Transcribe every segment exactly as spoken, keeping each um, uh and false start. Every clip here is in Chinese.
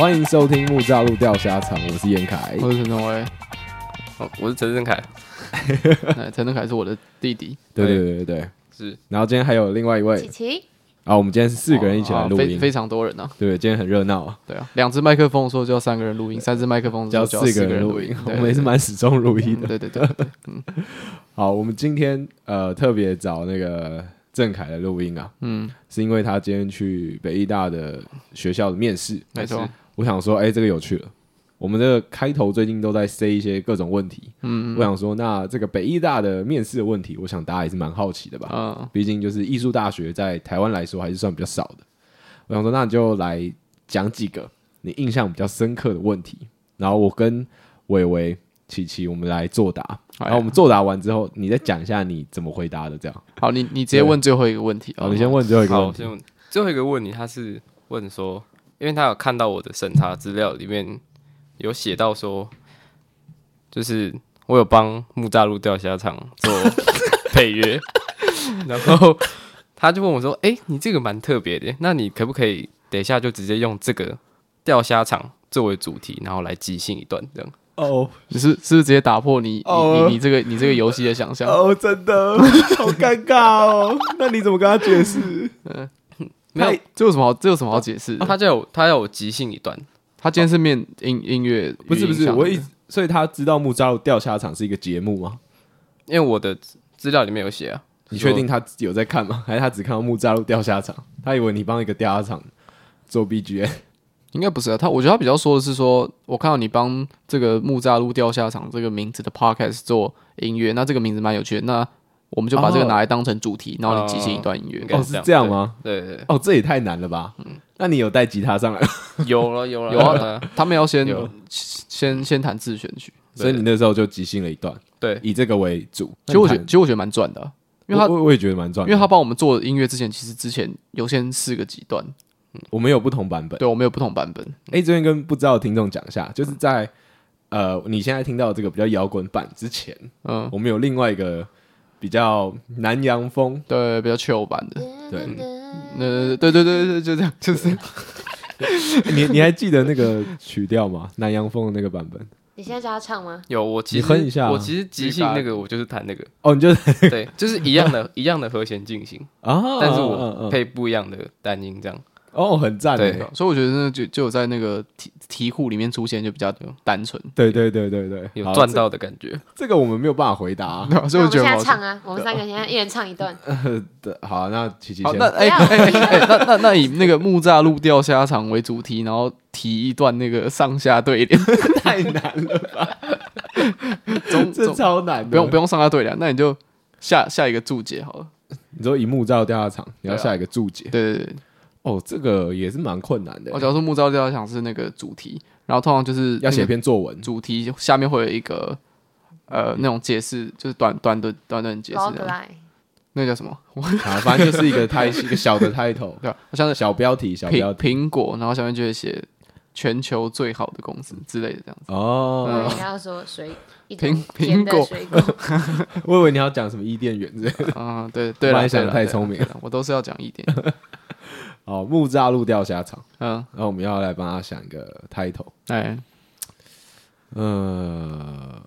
欢迎收听木栅路钓虾场，我是严凯， 我是陈宗威， 哦，我是陈振凯， 陈振凯是我的弟弟， 对对对对对， 是。 然后今天还有另外一位琪琪， 啊，我们今天是四个人一起来录音， 哦非非常多人啊， 对，今天很热闹啊， 对啊，两只麦克风说就要三个人录音，三只麦克风叫就要四个人录人录音，我们也是蛮始终如一的， 对对对对，嗯， 好，我们今天呃特别找那个郑凯来录音啊，嗯，是因为他今天去北艺大的学校的面试， 没错， 我想说，哎、欸，这个有趣了。我们这个开头最近都在塞一些各种问题，嗯，我想说，那这个北艺大的面试的问题，我想大家也是蛮好奇的吧？嗯，毕竟就是艺术大学在台湾来说还是算比较少的。我想说，那你就来讲几个你印象比较深刻的问题，然后我跟伟伟、琪琪我们来作答，然后我们作答完之后，你再讲一下你怎么回答的，这样。 好，你你直接问最后一个问题， 好，你先问最后一个问题。 好，先问最后一个问题，他是问说，因为他有看到我的审查资料里面有写到说，就是我有帮木栅路钓虾场做配乐，然后他就问我说：“哎、欸，你这个蛮特别的，那你可不可以等一下就直接用这个钓虾场作为主题，然后来即兴一段这样？” 哦， 你是是不是直接打破你、oh. 你你这个你这个游戏的想象？ 哦，真的好尴尬哦。那你怎么跟他解释？ 嗯，没有，这有什么好这有什么好解释、 啊？他就有他要我即兴一段。 他今天是面音音乐， 不是不是，我一所以他知道木栅路钓虾场是一个节目吗？ 因为我的资料里面有写啊。 你确定他有在看吗？还是他只看到木栅路钓虾场？他以为你帮一个钓虾场做 B G M？ 应该不是啊。他我觉得他比较说的是说，我看到你帮这个木栅路钓虾场这个名字的 podcast 做音乐，那这个名字蛮有趣的。那我们就把这个拿来当成主题，然后你即兴一段音乐。 哦，是这样吗？ 对 对, 对。 哦，这也太难了吧？嗯。那你有带吉他上来吗？ 有了有了有啊，他们要先先先弹自选曲， 所以你那时候就即兴了一段， 对， 以这个为主。 其实我觉得，其实我觉得蛮赚的、啊，因为他我我也觉得蛮赚， 因为他帮我们做音乐之前，其实之前有先试个几段， 嗯，我们有不同版本， 对，我们有不同版本。 哎、欸，这边跟不知道的听众讲一下，就是在呃你现在听到这个比较摇滚版之前，嗯，我们有另外一个比较南洋风， 对，比较 chill 版的， 对， 呃，对对对对，就这样，就是。 你你还记得那个曲调吗？南洋风的那个版本？ 你现在叫他唱吗？ 有，我其实你哼一下、啊。 我其实即兴那个，我就是弹那个。 哦，你就对，就是一样的，一样的和弦进行啊，但是我配不一样的单音这样。 哦，很赞。 对，所以我觉得那就就有在那个题题库里面出现，就比较单纯。 对对对对对， 有赚到的感觉。 这, 这个我们没有办法回答、啊， 所以我觉得我们现在唱啊，我们三个现在一人唱一段。 呃，好，那琪琪先。 那哎哎哎，那那那以那个木栅路钓虾场为主题，然后提一段那个上下对联， 太难了吧？中这超难的， 不用不用上下对联，那你就下下一个注解好了。 你说以木栅路钓虾场，你要下一个注解。 对对对。 哦，这个也是蛮困难的。 我假如说木栅路钓虾场是那个主题，然后通常就是要写篇作文， 主题下面会有一个呃那种解释，就是短短的短短解释。那个叫什么？ 啊，反正就是一个开一个小的 title， 对，像是小标题，小标题， 苹果，然后下面就会写全球最好的公司之类的这样子。 哦，你要说水苹苹果水果， 我以为你要讲什么伊甸园之类的。 啊，对对了， 想太聪明了， 我都是要讲伊甸。 好，木栅路钓虾场， 嗯， 然后我们要来帮他想一个 title， 哎， 呃，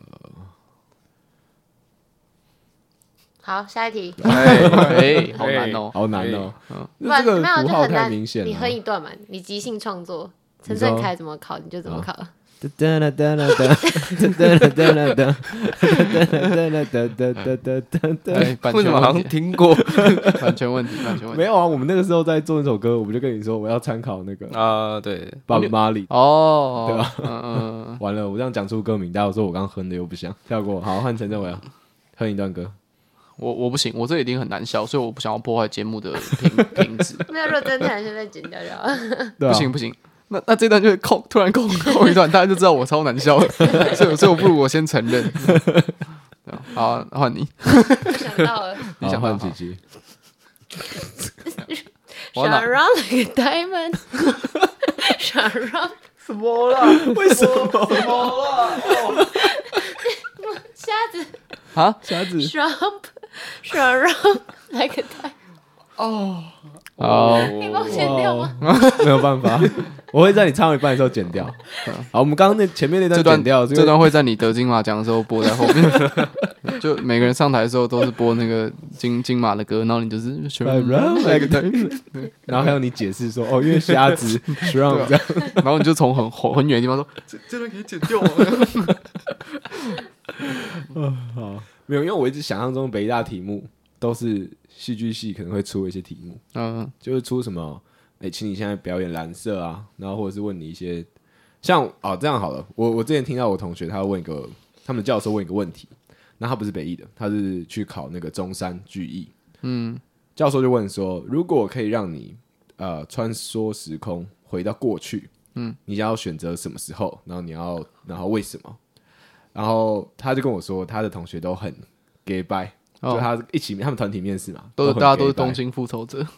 好，下一题， 哎，好难哦， 好难哦， 嗯， 这个符号太明显了， 你哼一段嘛，你即兴创作，陈振凯怎么考你就怎么考。 噔噔噔噔噔噔噔噔噔噔噔噔噔噔， 为什么好像听过？ 版权问题，版权问题。 没有啊，我们那个时候在做那首歌，我们就跟你说我要参考那个啊，对， Bob Marley， 哦， 对吧？ 嗯嗯， 完了，我这样讲出歌名，大家说我刚哼的又不像，跳过。好，换陈振伟啊，哼一段歌。 我我不行，我这一定很难笑，所以我不想要破坏节目的品品质。 没有，如果真的现在剪掉就好。 不行不行。那那这段就会空，突然空空一段，大家就知道我超难笑了，所以所以我不如我先承认。好，换你。 想到了， 你想换几集 ？Shine around like a diamond. Shine around 什么啦？ 为什么？ 什么啦？ 瞎子啊，瞎子。 Shine shine around like a diamond. 哦， 好， 可以帮我剪掉吗？ 没有办法，我会在你唱一半的时候剪掉。好，我们刚刚那前面那这段段剪掉， 这段会在你得金马奖的时候播在后面，就每个人上台的时候都是播那个金金马的歌，然后你就是然后还有你解释说，哦，因为瞎子 shrunk 这样， 然后你就从很很远的地方说，这这段可以剪掉吗？ 好，没有，因为我一直想象中北艺大题目都是戏剧系可能会出的一些题目， 嗯， 就是出什么，哎、欸，请你现在表演蓝色啊，然后或者是问你一些，像哦这样好了，我我之前听到我同学他问一个，他们教授问一个问题，那他不是北艺的，他是去考那个中山剧艺，嗯，教授就问说，如果可以让你呃穿梭时空回到过去，嗯，你要选择什么时候，然后你要，然后为什么？然后他就跟我说，他的同学都很 gay bye。就他一起，他们团体面试嘛， 都大家都是东京复仇者，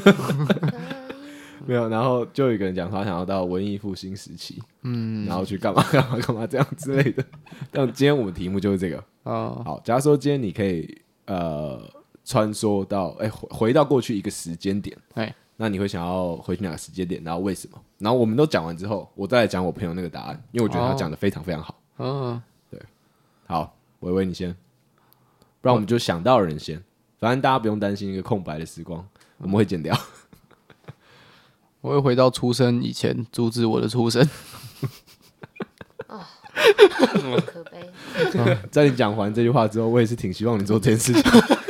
没有。然后就有一个人讲，他想要到文艺复兴时期，嗯，然后去干嘛干嘛干嘛这样之类的。但今天我们题目就是这个哦。好，假如说今天你可以呃穿梭到哎、欸、回到过去一个时间点，哎，那你会想要回去哪个时间点？然后为什么？然后我们都讲完之后，我再来讲我朋友那个答案，因为我觉得他讲的非常非常好。嗯、哦，对，好，维维你先。不然我们就想到的人先，反正大家不用担心一个空白的时光，我们会剪掉。 我会回到出生以前，阻止我的出生。 哦，可悲、 哦。在你讲完这句话之后，我也是挺希望你做这件事情，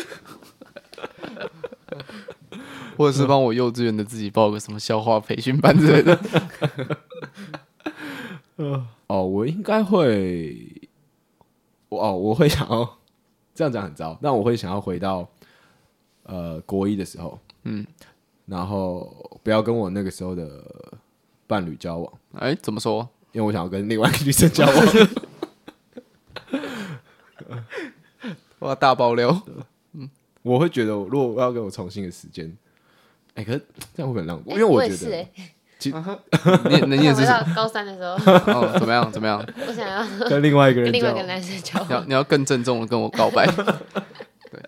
或者是帮我幼稚园的自己报个什么笑话培训班之类的。 哦，我应该会，哦，我会想要。这样讲很糟，但我会想要回到呃国一的时候，嗯，然后不要跟我那个时候的伴侣交往。 哎、欸，怎么说？ 因为我想要跟另外一个女生交往。 哇，大爆料！ 嗯，我会觉得，如果我要跟我重新的时间，哎、欸，可是这样会很浪费，因为我觉得。 其实你你也是高三的时候哦，怎么样怎么样？ 我想要跟另外一个人， 跟另外一个男生交往， 你要你要更郑重的跟我告白， 对，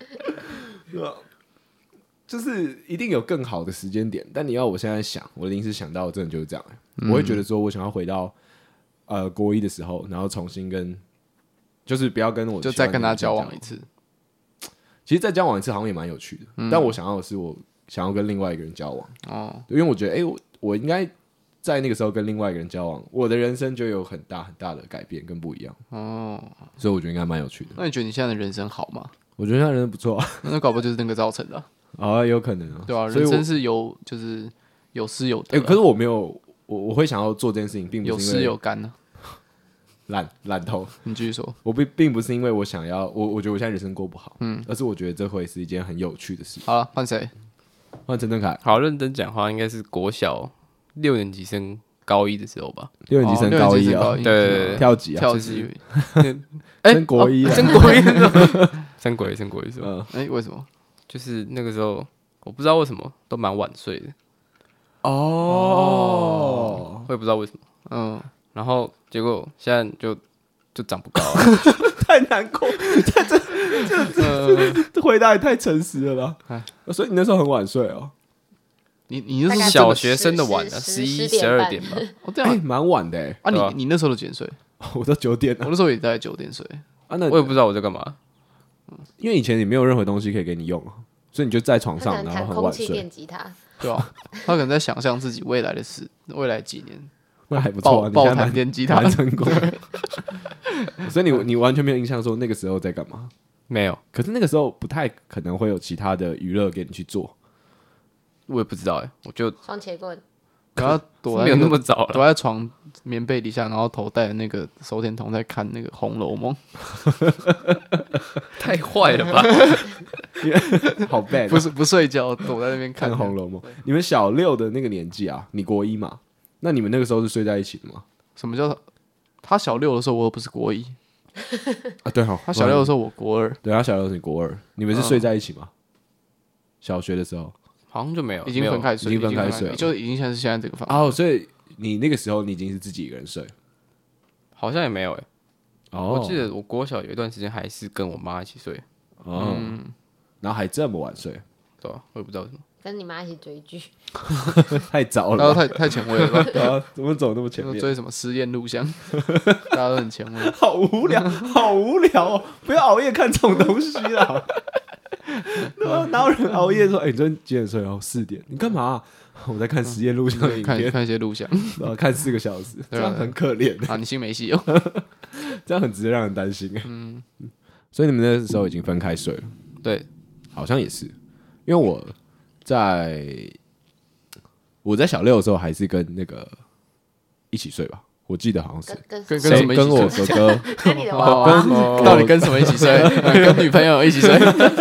就是一定有更好的时间点，但你要我现在想，我临时想到真的就是这样、欸嗯，我会觉得说我想要回到呃国一的时候，然后重新跟，就是不要跟我就再跟他交往一次。 其实再交往一次好像也蛮有趣的、嗯，但我想要的是我想要跟另外一个人交往哦，因为我觉得哎、欸、我。我应该在那个时候跟另外一个人交往，我的人生就有很大很大的改变跟不一样哦，所以我觉得应该蛮有趣的。 那你觉得你现在的人生好吗？ 我觉得现在人生不错啊， 那搞不好就是那个造成的啊， 哦，有可能啊， 对啊，人生是有就是有失有得、啊欸，可是我没有，我我会想要做这件事情，并不是因为有失有干呢、 啊，懒懒头。 你继续说， 我并并不是因为我想要，我我觉得我现在人生过不好，嗯，而是我觉得这会是一件很有趣的事。 好了，换谁？ 换陈正凯。 好，认真讲话，应该是国小。六年级升高一的时候吧， 六年级升高一啊， 对对对， 跳级啊， 跳级， 升国一， 升国一，升国一，升国一是吧？ 哎，为什么？ 就是那个时候，我不知道为什么都蛮晚睡的。 哦， 我也不知道为什么，嗯，然后结果现在就就长不高了， 太难过，这这这这回答也太诚实了吧？所以你那时候很晚睡哦。 你你那时候小学生的晚了，十一十二点吧？ 哦，这样蛮晚的哎。 啊，你你那时候都几点睡？ 我都九点了。 我那时候也大概九点睡。 啊，那我也不知道我在干嘛。 因为以前你没有任何东西可以给你用，所以你就在床上，然后很晚睡。 电吉他， 对啊，他可能在想象自己未来的事，未来几年。 那还不错啊， 爆弹电吉他蛮成功。所以你你完全没有印象说那个时候在干嘛？ 没有。 可是那个时候不太可能会有其他的娱乐给你去做。 我也不知道哎、欸，我就双截棍， 然后躲在、 那個、没有那么早， 躲在床棉被底下，然后头戴那个手电筒在看那个《红楼梦》， 太坏了吧？ 好 bad， 不是不睡觉，躲在那边看 《红楼梦》。你们小六的那个年纪啊，你国一嘛？那你们那个时候是睡在一起的吗？ 什么叫他小六的时候，我又不是国一啊？对哦， 他小六的时候我国二， 对，他小六是国二，你们是睡在一起吗？嗯、小学的时候。 好像就没有， 已经分开睡， 已经分开睡， 就已经像是现在这个房子。 哦，所以你那个时候你已经是自己一个人睡， 好像也没有哎、欸。 哦， 我记得我国小有一段时间还是跟我妈一起睡。 哦，嗯、然后还这么晚睡， 对吧、啊？我也不知道为什么。 跟你妈一起追剧， 太早然后了吧， 太太前卫了吧？ 对啊，怎么走那么前面？ 追什么实验录像，大家都很前卫。 好无聊，好无聊哦！不要熬夜看这种东西啦。对啊，哪有人熬夜说，哎、欸，你昨天几点睡？哦，四点。你干嘛、啊？我在看实验录像的影片， 看看一些录像， 然后看四个小时，这样很可怜啊！你新没戏哦， 这样很值得让人担心。嗯，所以你们那时候已经分开睡了？ 对， 好像也是，因为我在我在小六的时候还是跟那个一起睡吧，我记得好像是跟跟跟跟什么一起跟我哥哥， 跟你的娃娃， 跟到底跟什么一起睡？跟女朋友一起睡？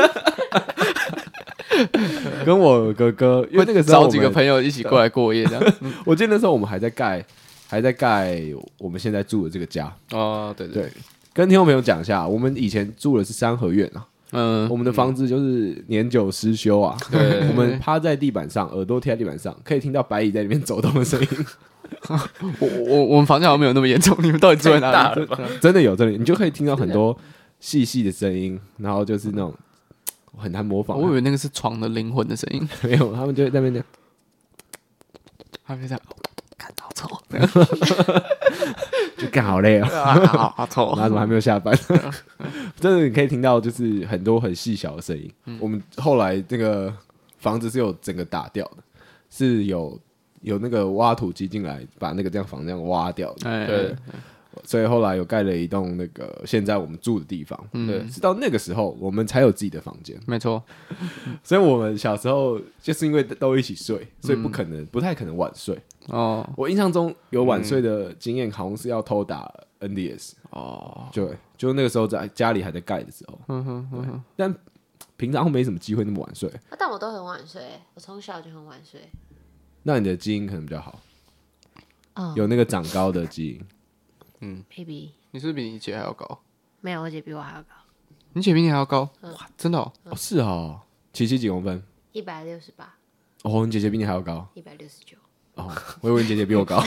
跟我哥哥，因为那个时候找几个朋友一起过来过夜，这样。 我记得那时候我们还在盖，还在盖我们现在住的这个家。 哦，对对对，跟听众朋友讲一下，我们以前住的是三合院啊， 嗯， 我们的房子就是年久失修啊。 对我们趴在地板上，耳朵贴在地板上，可以听到白蚁在里面走动的声音。 我我我们房间好像没有那么严重，你们到底住在哪里？ 真的有，真的有，你就可以听到很多细细的声音，然后就是那种很难模仿啊。 我以为那个是床的灵魂的声音， 没有，他们就在那边这样， 他们在干好臭， 就干好累哦， 好好臭然后怎么还没有下班？真的，你可以听到就是很多很细小的声音。我们后来那个房子是有整个打掉的，是有有那个挖土机进来把那个这样房这样挖掉的。 哎， 对， 所以后来有盖了一栋那个现在我们住的地方。对， 嗯， 是到那个时候我们才有自己的房间。 没错， 所以我们小时候就是因为都一起睡，所以不可能、不太可能晚睡。 哦我印象中有晚睡的经验，好像是要偷打 N D S。 哦， 对，就那个时候在家里还在盖的时候。 嗯哼嗯哼， 但平常没什么机会那么晚睡。 啊但我都很晚睡，我从小就很晚睡。 那你的基因可能比较好， 哦有那个长高的基因。 ，maybe 你是不是比你姐还要高？ 没有，我姐比我还要高， 你姐比你还要高？哇，真的哦， 哦，是哦，琪琪几公分？ 一百六十八， 哦，你姐姐比你还要高。 一百六十九。 哦，我以为你姐姐比我高。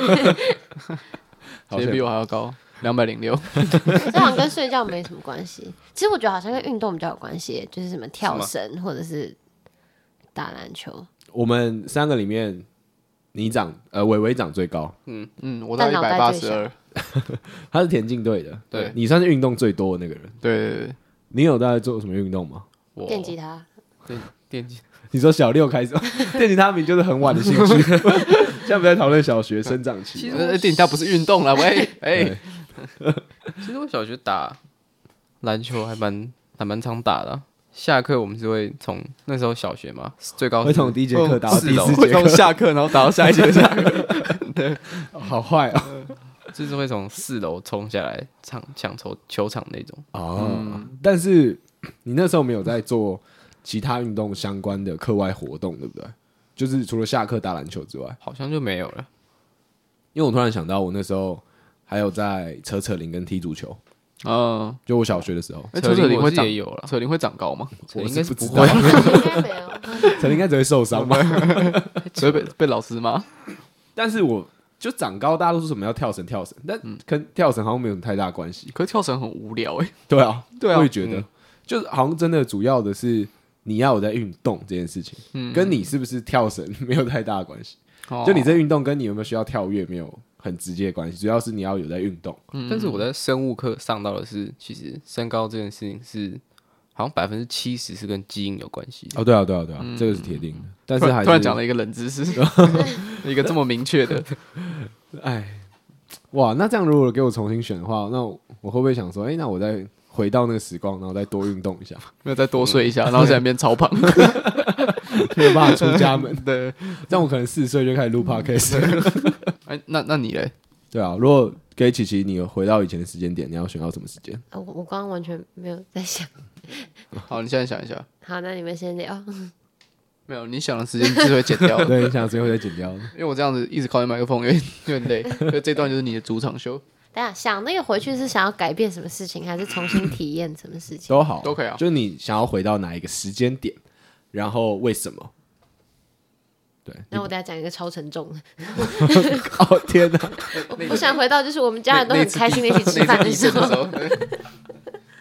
好姐姐比我还要高，两百零六。 这好像跟睡觉没什么关系。其实我觉得好像跟运动比较有关系，就是什么跳绳或者是打篮球。 我们三个里面，你长呃伟伟长最高， 嗯，我到一但脑百袋最小八十二。 他是田径队的。 对你算是运动最多的那个人。 对对对， 你有在做什么运动吗？ 我电吉他， 电电击， 你说小六开始，电吉他名就是很晚的兴趣。现在不在讨论小学生长期吗。 其实呃，电吉他不是运动了，喂，哎， 其实我小学打篮球还蛮还蛮常打的啊、下课我们是会从那时候小学嘛，最高是会从第一节课打到第四楼四节课， 会从下课然后打到下一节下课。 好坏啊！ 就是会从四楼冲下来抢抢球球场那种。 哦，但是你那时候没有在做其他运动相关的课外活动，对不对？就是除了下课打篮球之外， 好像就没有了。 因为我突然想到，我那时候还有在扯扯铃跟踢足球， 嗯， 就我小学的时候， 哎， 扯铃我车车铃会长是也有了， 车铃会长高吗？ 应该是不知道不会， 应该没有。 扯铃应该只会受伤吧？ 只会被被老师骂。 但是我就长高，大家都说什么要跳绳跳绳，但跟跳绳好像没有什么太大关系。 可是跳绳很无聊哎。 对啊， 对啊我也觉得， 嗯就是好像真的主要的是你要有在运动这件事情， 嗯跟你是不是跳绳没有太大的关系。 哦就你这运动跟你有没有需要跳跃没有很直接的关系，主要是你要有在运动。 但是我在生物课上到的是，其实身高这件事情是好像百分之七十是跟基因有关系的。 哦，对啊，对啊，对啊，这个是铁定的。但突然是还是突然讲了一个冷知识，一个这么明确的。 哎，哇，那这样如果给我重新选的话，那我会不会想说，哎、那我再回到那个时光，然后再多运动一下， 没有再多睡一下，然后在那边超胖。 没有办法出家门？ 对， 这样我可能四岁就开始录 podcast。 哎，那那你嘞？ 对啊，如果给琪琪你回到以前的时间点，你要选到什么时间？ 啊我我刚刚完全没有在想。 好，你现在想一下。 好，那你们先聊。 没有，你想的时间是会剪掉的。 对，你想最后再剪掉的。 因为我这样子一直靠近麦克风，有点有点累。所以这段就是你的主场秀， 等一下想那个回去是想要改变什么事情，还是重新体验什么事情？ 都好， 都可以啊就是你想要回到哪一个时间点，然后为什么？对， 那我等一下讲一个超沉重的。 哦天哪！ 我想回到就是我们家人都很开心的一起吃饭的时候。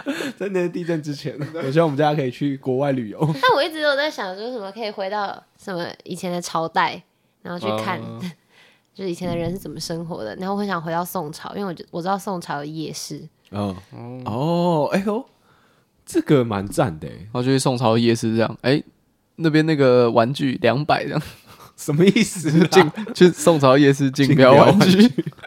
在那个地震之前，我希望我们大家可以去国外旅游。 但我一直都在想，说什么可以回到什么以前的朝代，然后去看，呃、就是以前的人是怎么生活的。然后我很想回到宋朝，因为我我知道宋朝有夜市。 哦哦，哎呦，这个蛮赞的。然后就去宋朝夜市这样，哎、欸，那边那个玩具两百这样， 什么意思？ 竞去宋朝夜市竞标玩具。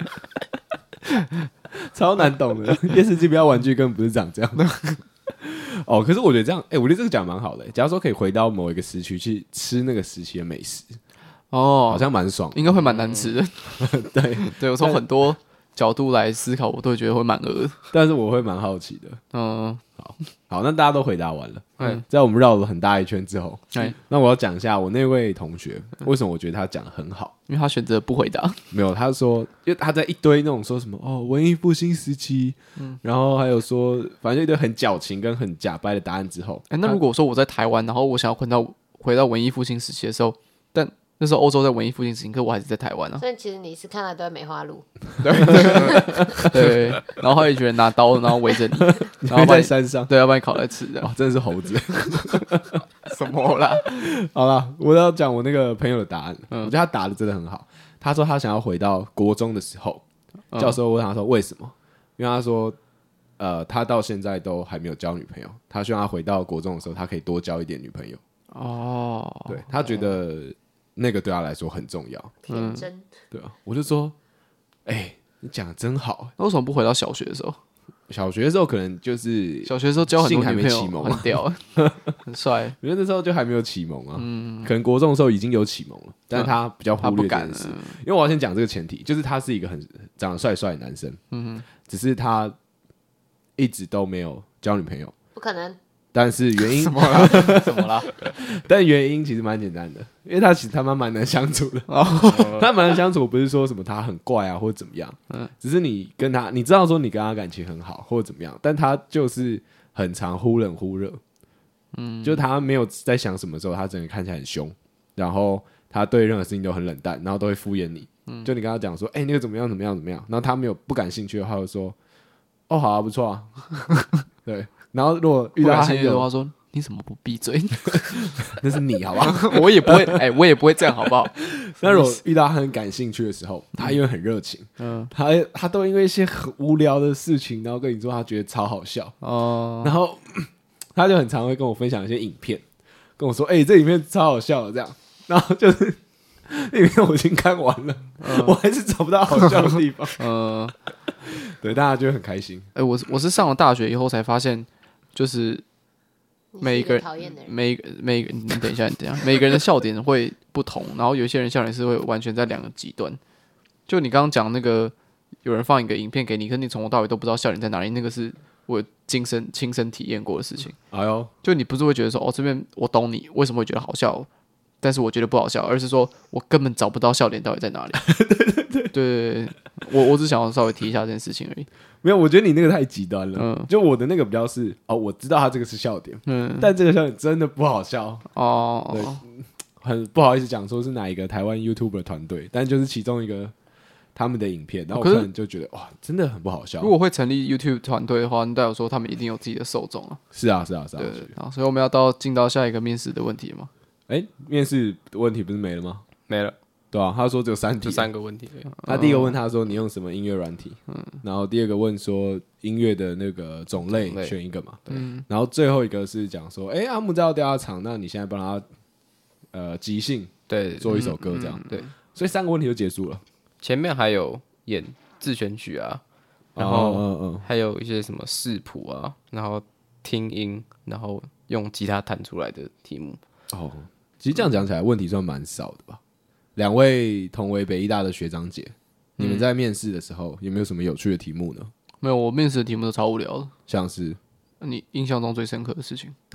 超难懂的，夜市竞标玩具根本不是长这样的。哦，可是我觉得这样，哎、欸，我觉得这个讲蛮好的。假如说可以回到某一个时区去吃那个时期的美食， 哦， 好像蛮爽的， 应该会蛮难吃的。 嗯、对对，我从很多角度来思考，我都会觉得会蛮饿的。 但是我会蛮好奇的。 嗯， 好，好，那大家都回答完了。 嗯， 在我们绕了很大一圈之后， 嗯， 那我要讲一下我那位同学为什么我觉得他讲的很好。 因为他选择不回答， 没有，他说，因为他在一堆那种说什么哦，文艺复兴时期，嗯，然后还有说，反正一堆很矫情跟很假掰的答案之后， 哎、欸，那如果说我在台湾，然后我想要回到回到文艺复兴时期的时候，但那时候欧洲在文艺复兴时期，可我还是在台湾啊。 所以其实你是看了都梅花鹿， 对对，然后还有一群人拿刀，然后围着你，然后在山上， 对，要把你烤来吃的， 哇，真的是猴子， 什么啦？ 好啦，我要讲我那个朋友的答案， 嗯、 我觉得他答的真的很好。他说他想要回到国中的时候， 嗯、 教授问他说为什么？因为他说，呃，他到现在都还没有交女朋友，他希望他回到国中的时候，他可以多交一点女朋友。 哦， 对，他觉得那个对他来说很重要， 天真。 嗯、对啊，我就说，哎、欸，你讲的真好。 那为什么不回到小学的时候？ 小学的时候可能就是小学的时候交很多女朋友， 还没启蒙， 很屌，很帅。 我觉得那时候就还没有启蒙啊，嗯，可能国中的时候已经有启蒙了，但是他比较忽略这件事。因为我要先讲这个前提，就是他是一个很长得帅帅的男生，嗯，只是他一直都没有交女朋友， 不可能。 但是原因什么啦？什么啦？ 但原因其实蛮简单的，因为他其实他妈蛮难相处的。哦、他蛮难相处，不是说什么他很怪啊或者怎么样，嗯，只是你跟他，你知道说你跟他感情很好或者怎么样，但他就是很常忽冷忽热，嗯，就他没有在想什么时候，他整个看起来很凶，然后他对任何事情都很冷淡，然后都会敷衍你。嗯，就你跟他讲说，哎、欸，那个怎么样怎么样怎么样，然后他没有不感兴趣的话，就说，哦，好啊，不错啊，对。然后如果遇到他很有的话，说你怎么不闭嘴？ 那是你好不好？ 我也不会，哎、欸，我也不会这样，好不好？ 那如果遇到他很感兴趣的时候，他因为很热情，嗯，他他都因为一些很无聊的事情，然后跟你说他觉得超好笑哦，然后他就很常会跟我分享一些影片，跟我说，哎、欸，这影片超好笑的这样，然后就是那影片我已经看完了，嗯、我还是找不到好笑的地方，嗯，对，大家就会很开心。 哎、欸，我我是上了大学以后才发现。就是每一个人，每一个每一个，你等一下，你等一下，每个人的笑点会不同，然后有些人笑点是会完全在两个极端。就你刚刚讲那个，有人放一个影片给你，可是你从头到尾都不知道笑点在哪里，那个是我亲身亲身体验过的事情。哎呦，就你不是会觉得说，哦，这边我懂你为什么会觉得好笑，但是我觉得不好笑，而是说我根本找不到笑点到底在哪里。对对对对对，我我只想要稍微提一下这件事情而已。 没有，我觉得你那个太极端了。嗯，就我的那个比较是哦，我知道他这个是笑点，嗯，但这个笑点真的不好笑哦。对，很不好意思讲说是哪一个台湾 YouTuber 团队，但就是其中一个他们的影片，然后我可能就觉得哇，真的很不好笑。 如果会成立 YouTube 团队的话，那代表说他们一定有自己的受众啊。 是啊，是啊，是啊。 对对啊，所以我们要到进到下一个面试的问题吗？ 哎、欸，面试的问题不是没了吗？ 没了。 对啊，他说只有三题， 就三个问题。 他第一个问他说你用什么音乐软体，嗯，然后第二个问说音乐的那个种类选一个嘛，对，嗯，然后最后一个是讲说，哎、欸，阿木在调查厂，那你现在帮他呃即兴对做一首歌这样， 嗯嗯、对， 所以三个问题就结束了。 前面还有演自选曲啊，然后嗯嗯，还有一些什么视谱啊，然后听音，然后用吉他弹出来的题目。 哦，其实这样讲起来，问题算蛮少的吧？两位同为北医大的学长姐，你们在面试的时候有没有什么有趣的题目呢？ 没有，我面试的题目都超无聊的。 像是你印象中最深刻的事情，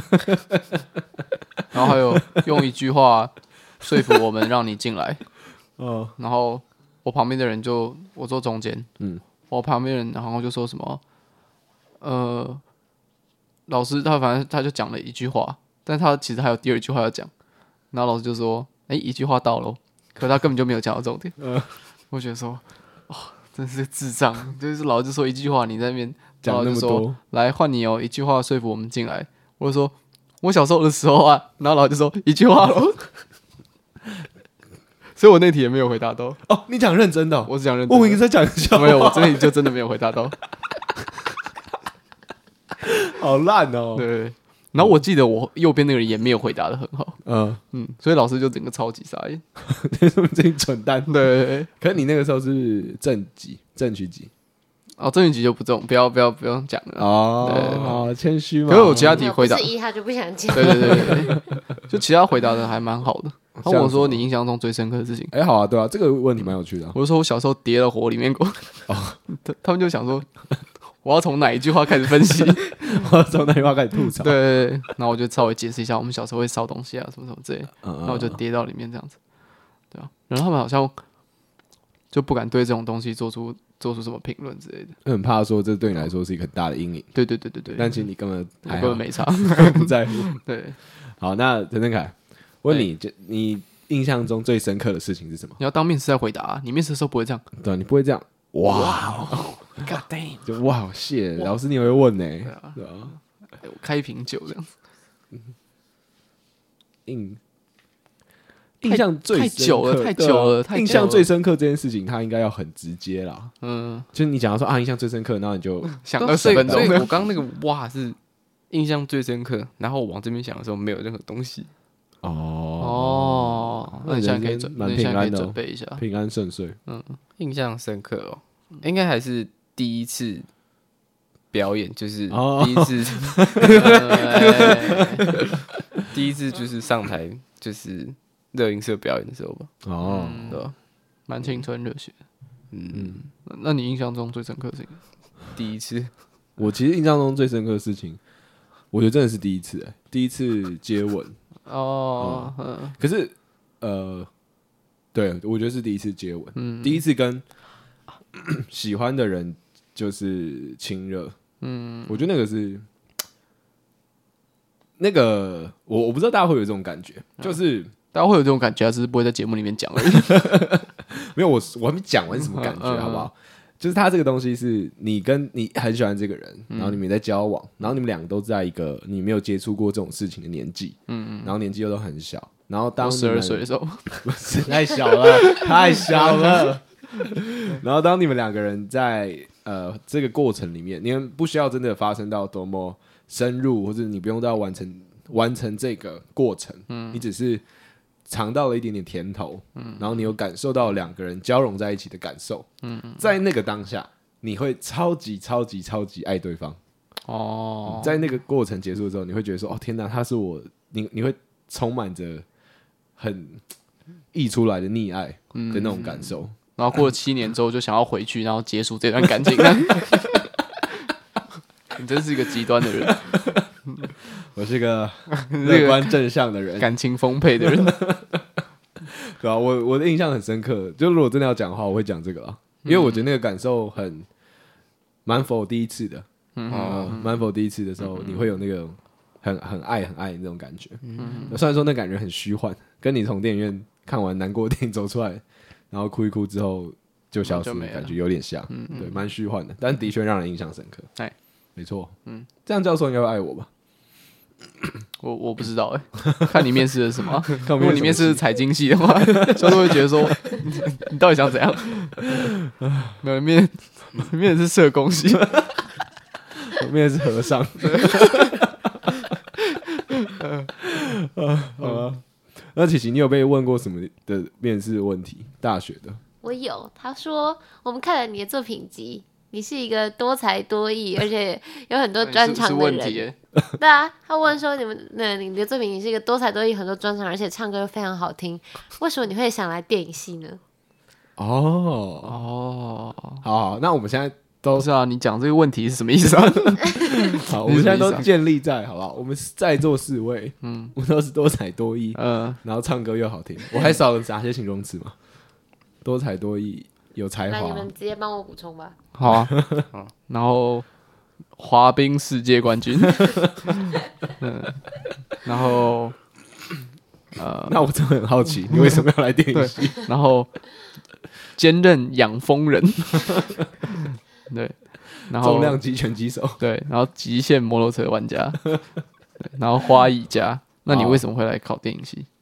然后还有用一句话说服我们让你进来，哦，然后我旁边的人就我坐中间，嗯，我旁边人然后就说什么，呃，老师他反正他就讲了一句话，但他其实还有第二句话要讲，然后老师就说。哎、欸，一句话到了，可他根本就没有讲到重点。呃、我觉得说，哦，真是智障！就是老师说一句话，你在那边讲那么多， 来换你哦，一句话说服我们进来。我就说我小时候的时候啊，然后老师就说一句话咯。所以我那题也没有回答到。 哦，你讲认真的、哦， 我是讲认真的。 我以为在讲笑话， 没有，我这里就真的没有回答到。 好烂哦。 对，然后我记得我右边那个人也没有回答的很好。 嗯嗯，所以老师就整个超级傻眼。 这是这蠢蛋。 对， 可是你那个时候是正几正取几？ 哦，正局就不中，不要不要不用讲了。 哦，哦，谦虚嘛。 可是我其他题回答， 不是一他就不想讲。 对对对对对，就其他回答的还蛮好的。他问我说你印象中最深刻的事情， 哎、欸，好啊，对啊，这个问题蛮有趣的、啊。 我就说我小时候跌了火里面过。哦，他们就想说我要从哪一句话开始分析， 我要从哪句话开始吐槽。 对对对，然后我就稍微解释一下，我们小时候会烧东西啊，什么什么之类的， 嗯嗯， 然后我就跌到里面这样子，对啊，然后他们好像就不敢对这种东西做出做出什么评论之类的， 很怕说这对你来说是一个很大的阴影。 对对对对对， 但其实你根本还根本没差， 不在乎。 对， 好，那陈正凯，问你，你印象中最深刻的事情是什么？ 你要当面试在回答、啊，你面试的时候不会这样， 对、啊，你不会这样。哇 ，God damn， 就哇，谢老师，你会问呢、欸？对啊，对啊， 我开一瓶酒这样子， 印印象最太久了，太久了，太印象最深刻这件事情，它应该要很直接啦。嗯，就是你讲到说啊，印象最深刻，然后你就想二十分钟。 所以我刚刚那个哇是印象最深刻，然后我往这边想的时候没有任何东西。 哦哦，那你现在可以准， 蛮平安的、哦， 准备一下， 平安顺遂。 嗯，印象深刻哦，应该还是第一次表演，就是第一次，哦、第一次就是上台就是热音社表演的时候吧。 哦， 嗯、对吧？蛮青春热血的。嗯，那那你印象中最深刻的事情？ 第一次， 我其实印象中最深刻的事情，我觉得真的是第一次、欸，第一次接吻。 哦， 嗯嗯、可是呃，对我觉得是第一次接吻，嗯、第一次跟喜欢的人就是亲热，嗯，我觉得那个是那个我我不知道大家会有这种感觉，嗯、就是大家会有这种感觉，只是不会在节目里面讲而已。 没有，我我还没讲完是什么感觉，嗯、好不好？就是他这个东西是你跟你很喜欢这个人，然后你们在交往，然后你们两个都在一个你没有接触过这种事情的年纪，嗯，然后年纪又都很小，然后当十二岁的时候， 太小了，太小了。然后当你们两个人在呃这个过程里面，你们不需要真的发生到多么深入，或者你不用到完成完成这个过程，嗯，你只是尝到了一点点甜头，嗯，然后你有感受到两个人交融在一起的感受，嗯，在那个当下，你会超级超级超级爱对方，哦，在那个过程结束之后，你会觉得说，哦天哪，他是我，你你会充满着很溢出来的溺爱的那种感受，嗯、 然后过了七年之后，就想要回去，然后结束这段感情。你真是一个极端的人。 我是个乐观正向的人， 感情丰沛的人， 对啊，我我的印象很深刻，就如果真的要讲的话，我会讲这个啦，因为我觉得那个感受很蛮否第一次的，嗯，蛮否第一次的时候，你会有那个很很爱很爱的那种感觉，嗯，虽然说那感觉很虚幻，跟你从电影院看完难过的电影走出来，然后哭一哭之后就消失，感觉有点像，嗯，对，蛮虚幻的，但的确让人印象深刻，哎，没错，嗯，这样教授应该会爱我吧？ 我我不知道哎、欸，看你面试的是什么。如果你面试是财经系的话，教授会觉得说你，你到底想怎样？没有面面的是社工系， 我面的是和尚。好了，那琪琪，你有被问过什么的面试问题？大学的？ 我有，他说我们看了你的作品集。你是一个多才多艺，而且有很多专长的人。 欸、 对啊，他问说你们，那你的作品你是一个多才多艺、很多专长，而且唱歌又非常好听，为什么你会想来电影系呢？ 哦哦，好好，那我们现在都是啊，你讲这个问题是什么意思啊？ 好，我们现在都建立在好不好？我们在座四位，嗯，我们都是多才多艺，嗯，然后唱歌又好听。我还少了哪些形容词吗？多才多艺。有才华， 那你们直接帮我补充吧。 好啊，然后滑冰世界冠军，嗯，然后呃，那我真的很好奇，你为什么要来电影系？ 然后兼任养蜂人， 对，然后重量级拳击手， 对，然后极限摩托车玩家，对，然后花艺家。那你为什么会来考电影系？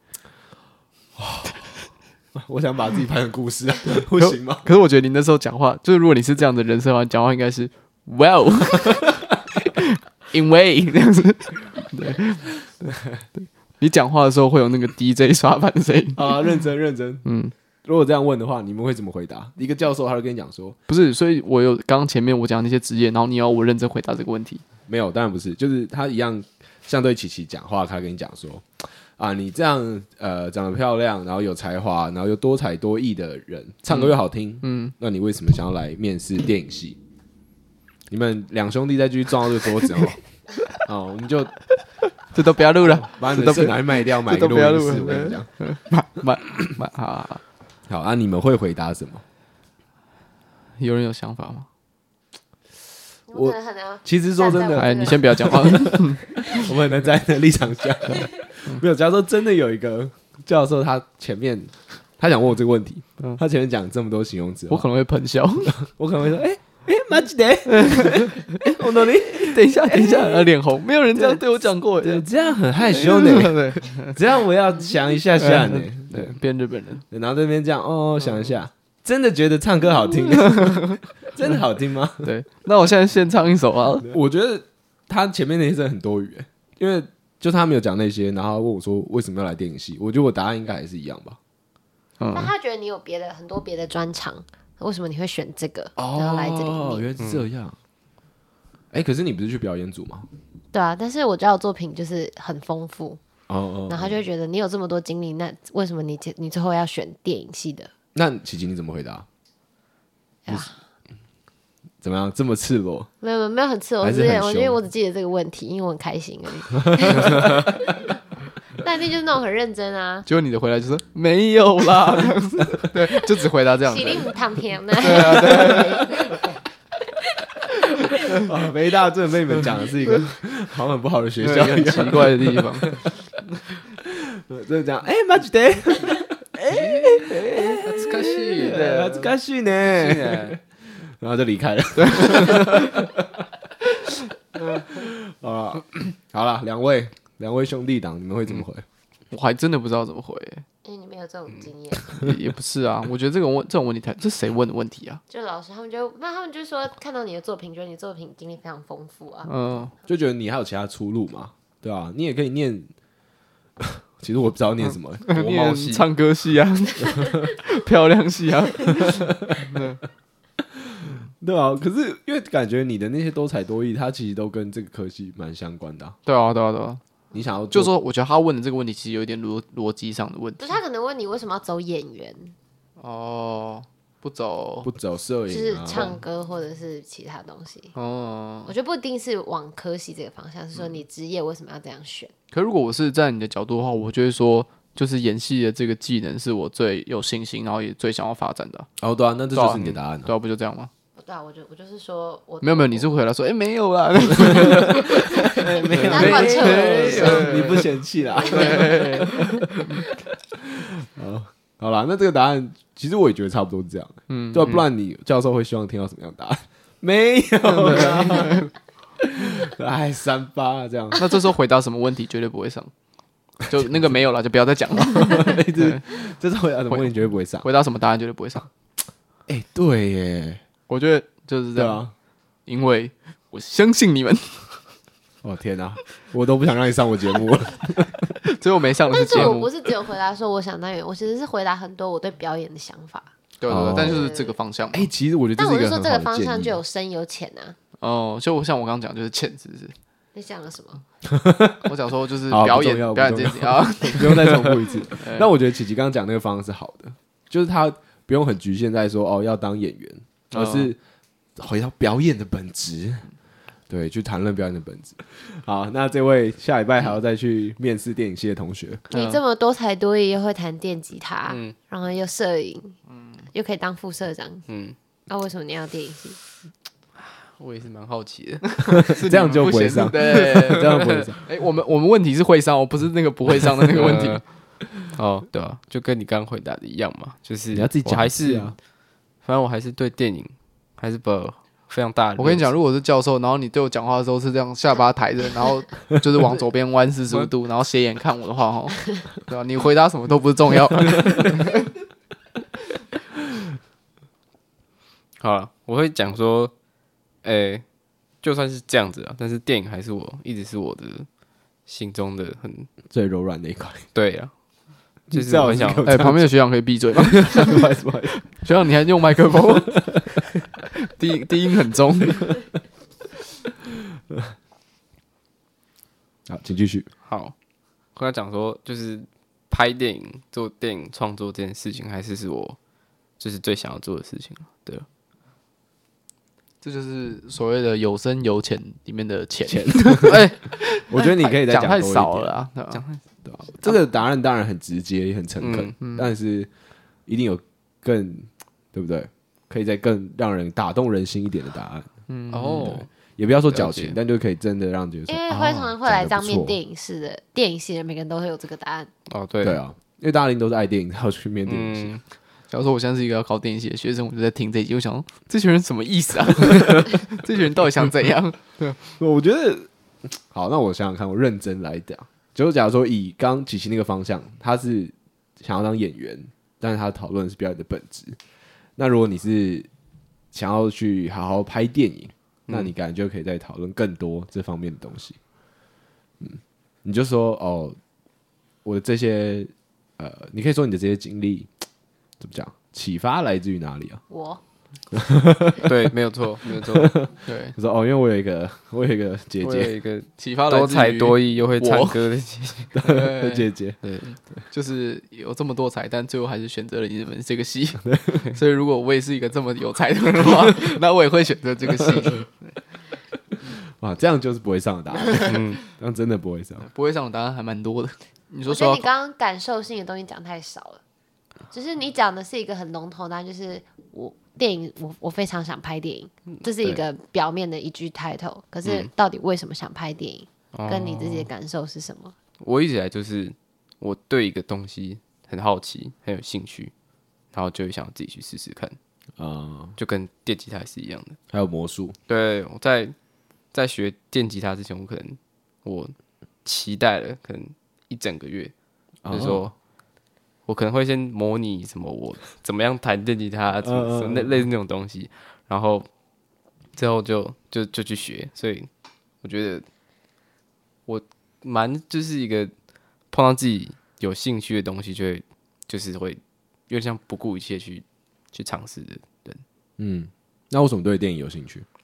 我想把自己拍成故事啊，不行吗？ 可是我觉得你那时候讲话，就是如果你是这样的人设的话，讲话应该是 well， 因为这样子，对对，你讲话的时候会有那个 D J 刷盘的声音啊，认真认真， 嗯。 如果这样问的话，你们会怎么回答？一个教授他会跟你讲说， 不是，所以我有刚刚前面我讲那些职业，然后你要我认真回答这个问题。 没有，当然不是，就是他一样，相对琪琪讲话，他跟你讲说，啊，你这样呃长得漂亮，然后有才华，然后又多才多艺的人，唱歌又好听，嗯，那你为什么想要来面试电影系？你们两兄弟再继续撞到这个桌子哦，哦，我们就这都不要录了， 把你的电脑卖掉，买个录音室，我跟你讲， 买买买，好好好。 好啊，你们会回答什么？ 有人有想法吗？ 我其实说真的， 哎，你先不要讲话， 我们很难在那立场下。没有，假如说真的有一个教授，他前面他想问我这个问题，他前面讲这么多形容词， 我可能会喷笑， 我可能会说，哎哎，马吉德，我努力， 等一下，等一下，脸红，没有人这样对我讲过， 这样很害羞呢，这样我要想一下下呢。 对，变日本人， 然后这边这样哦，想一下，真的觉得唱歌好听，真的好听吗？ 对，那我现在先唱一首啊。 我觉得他前面那些真的很多余，因为就他没有讲那些，然后问我说为什么要来电影系，我觉得我答案应该还是一样吧。 嗯，那他觉得你有别的很多别的专长，为什么你会选这个，然后来这里面？ 哦，原来是这样。哎、欸，可是你不是去表演组吗？ 对啊，但是我知道作品就是很丰富。 哦哦， 然后他就会觉得你有这么多经历，那为什么你你最后要选电影系的？ 那琪琪你怎么回答？ 啊， 怎么样？这么赤裸？ 没有没有很赤裸，我只我因为我只记得这个问题，因为我很开心而已。那一定就是那种很认真啊。 结果你的回答就是没有啦，对，就只回答这样子。 喜力母汤片呢？ 对啊，对。 啊，北大真的被你们讲的是一个好像很不好的学校， 很奇怪的地方。 真的讲，哎、欸，マジで， 哎，懐かしい， 对，懐かしいね，然后就离开了。好了，好了，两位两位兄弟党，你们会怎么回？ 我还真的不知道怎么回、欸， 因为你没有这种经验。 也, 也不是啊，我觉得这个问这种问题太，这谁问的问题啊？ 就老师他们就那他们就说看到你的作品，觉得你作品经历非常丰富啊， 嗯， 就觉得你还有其他出路嘛，对吧、啊？你也可以念。其实我不知道念什么， 国贸系、唱歌系啊，漂亮系啊， 对啊。可是因为感觉你的那些多才多艺，它其实都跟这个科系蛮相关的、啊。 对啊，对啊，对啊。 你想要就是说，我觉得他问的这个问题其实有一点逻逻辑上的问题。 就是他可能问你为什么要走演员？ 哦，不走不走摄影、啊， 就是唱歌或者是其他东西。 哦， 我觉得不一定是往科系这个方向，是说你职业为什么要这样选？ 可如果我是在你的角度的话，我就会说，就是演戏的这个技能是我最有信心，然后也最想要发展的、啊。 哦，对啊，那这就是你的答案、啊。 对啊，不就这样吗？ 对啊，我就我就是说我没有没有，你是回答说，哎、欸，没有啦， 没有没有，你不嫌弃啦。好，好啦，那这个答案其实我也觉得差不多是这样。嗯，对、啊，不然你教授会希望听到什么样的答案？没有啦。哎，三八这样。 那这时候回答什么问题绝对不会上，就那个没有了，就不要再讲了。 这次回答什么问题绝对不会上， 回答什么答案绝对不会上。 哎、欸，对耶， 我觉得就是这样， 啊、 因为我相信你们。 哦天哪、啊，我都不想让你上我节目了。 所以我没上的是节目。 但是我不是只有回答说我想当演员，我其实是回答很多我对表演的想法。 对对对，哦、但就是这个方向嘛。 哎、欸，其实我觉得这是一个很好的建议。 但我是说这个方向就有深有浅啊。 哦，就像我刚刚讲，就是浅，是不是？ 你讲了什么？ 我想说就是表演，表演这件啊， 不用再重复一次。那我觉得琪琪刚刚讲那个方向是好的，就是他不用很局限在说哦要当演员，而是回到表演的本质。对，去谈论表演的本质。好，那这位下礼拜还要再去面试电影系的同学， 你这么多才多艺，又会弹电吉他，嗯、然后又摄影，嗯、又可以当副社长，嗯，那、啊、为什么你要电影系？ 我也是蛮好奇的， 这样就不会上， 对， 这样不会上。 哎、欸，我们我们问题是会上，我不是那个不会上的那个问题。 哦，对啊，就跟你刚刚回答的一样嘛，就是你要自己讲还是啊，反正我还是对电影还是不非常大的。 我跟你讲，如果是教授，然后你对我讲话的时候是这样下巴抬着，然后就是往左边弯四十五度，然后斜眼看我的话，哈，对吧？你回答什么都不是重要。 好了，我会讲说，诶、欸，就算是这样子啊，但是电影还是我一直是我的心中的很最柔软的一块。 对啊，就是我很想， 哎、欸，旁边的学长可以闭嘴吗？不好意思，不好意思，学长你还用麦克风，低低音很重。 好，请继续。 好，跟他讲说，就是拍电影、做电影创作这件事情，还是是我就是最想要做的事情。对。 这就是所谓的有深有浅里面的浅。 哎，我觉得你可以再讲太讲多一点少了啊， 讲太对吧？这个答案当然很直接，也很诚恳，嗯嗯、但是一定有更对不对？可以再更让人打动人心一点的答案。嗯，哦，也不要说矫情，但就可以真的让觉得说， 因为会常常会来当面电影系的电影系的，每个人都会有这个答案。 哦，对， 对啊，因为大家一定都是爱电影，才要去面电影系。嗯， 假如说我现在是一个要考电影系的学生，我就在听这一集，我想这群人什么意思啊？这群人到底想怎样？ 对，我觉得好，那我想想看，我认真来讲，就是假如说以刚刚琪琪那个方向，他是想要当演员，但是他讨论的是表演的本质。那如果你是想要去好好拍电影，那你感觉就可以再讨论更多这方面的东西。嗯，你就说哦，我的这些呃，你可以说你的这些经历。怎么讲？启发来自于哪里啊？ 我， 对，没有错，没有错。 对， 就说哦，因为我有一个，我有一个姐姐， 我有一个启发多才多艺又会唱歌的姐姐， 的姐姐， 对，就是有这么多才，但最后还是选择了你们这个系。所以，如果我也是一个这么有才的人的话，那我也会选择这个系。 哇，这样就是不会上的答案，嗯，这样真的不会上， 不会上的答案还蛮多的。你说， 我觉得你刚刚感受性的东西讲太少了。只是你讲的是一个很笼统的，就是我电影，我我非常想拍电影，这是一个表面的一句 title。可是到底为什么想拍电影，嗯、跟你自己的感受是什么？ 我一直以来就是我对一个东西很好奇，很有兴趣，然后就会想自己去试试看啊、嗯，就跟电吉他是一样的。 还有魔术， 对，我在在学电吉他之前，我可能我期待了可能一整个月，就是说。哦，我可能会先模拟什么，我怎么样弹电吉他，什么什么类类似那种东西，然后之后就就就去学。所以我觉得我蛮就是一个碰到自己有兴趣的东西，就会就是会有点像不顾一切去去尝试的人。 嗯，那为什么对电影有兴趣？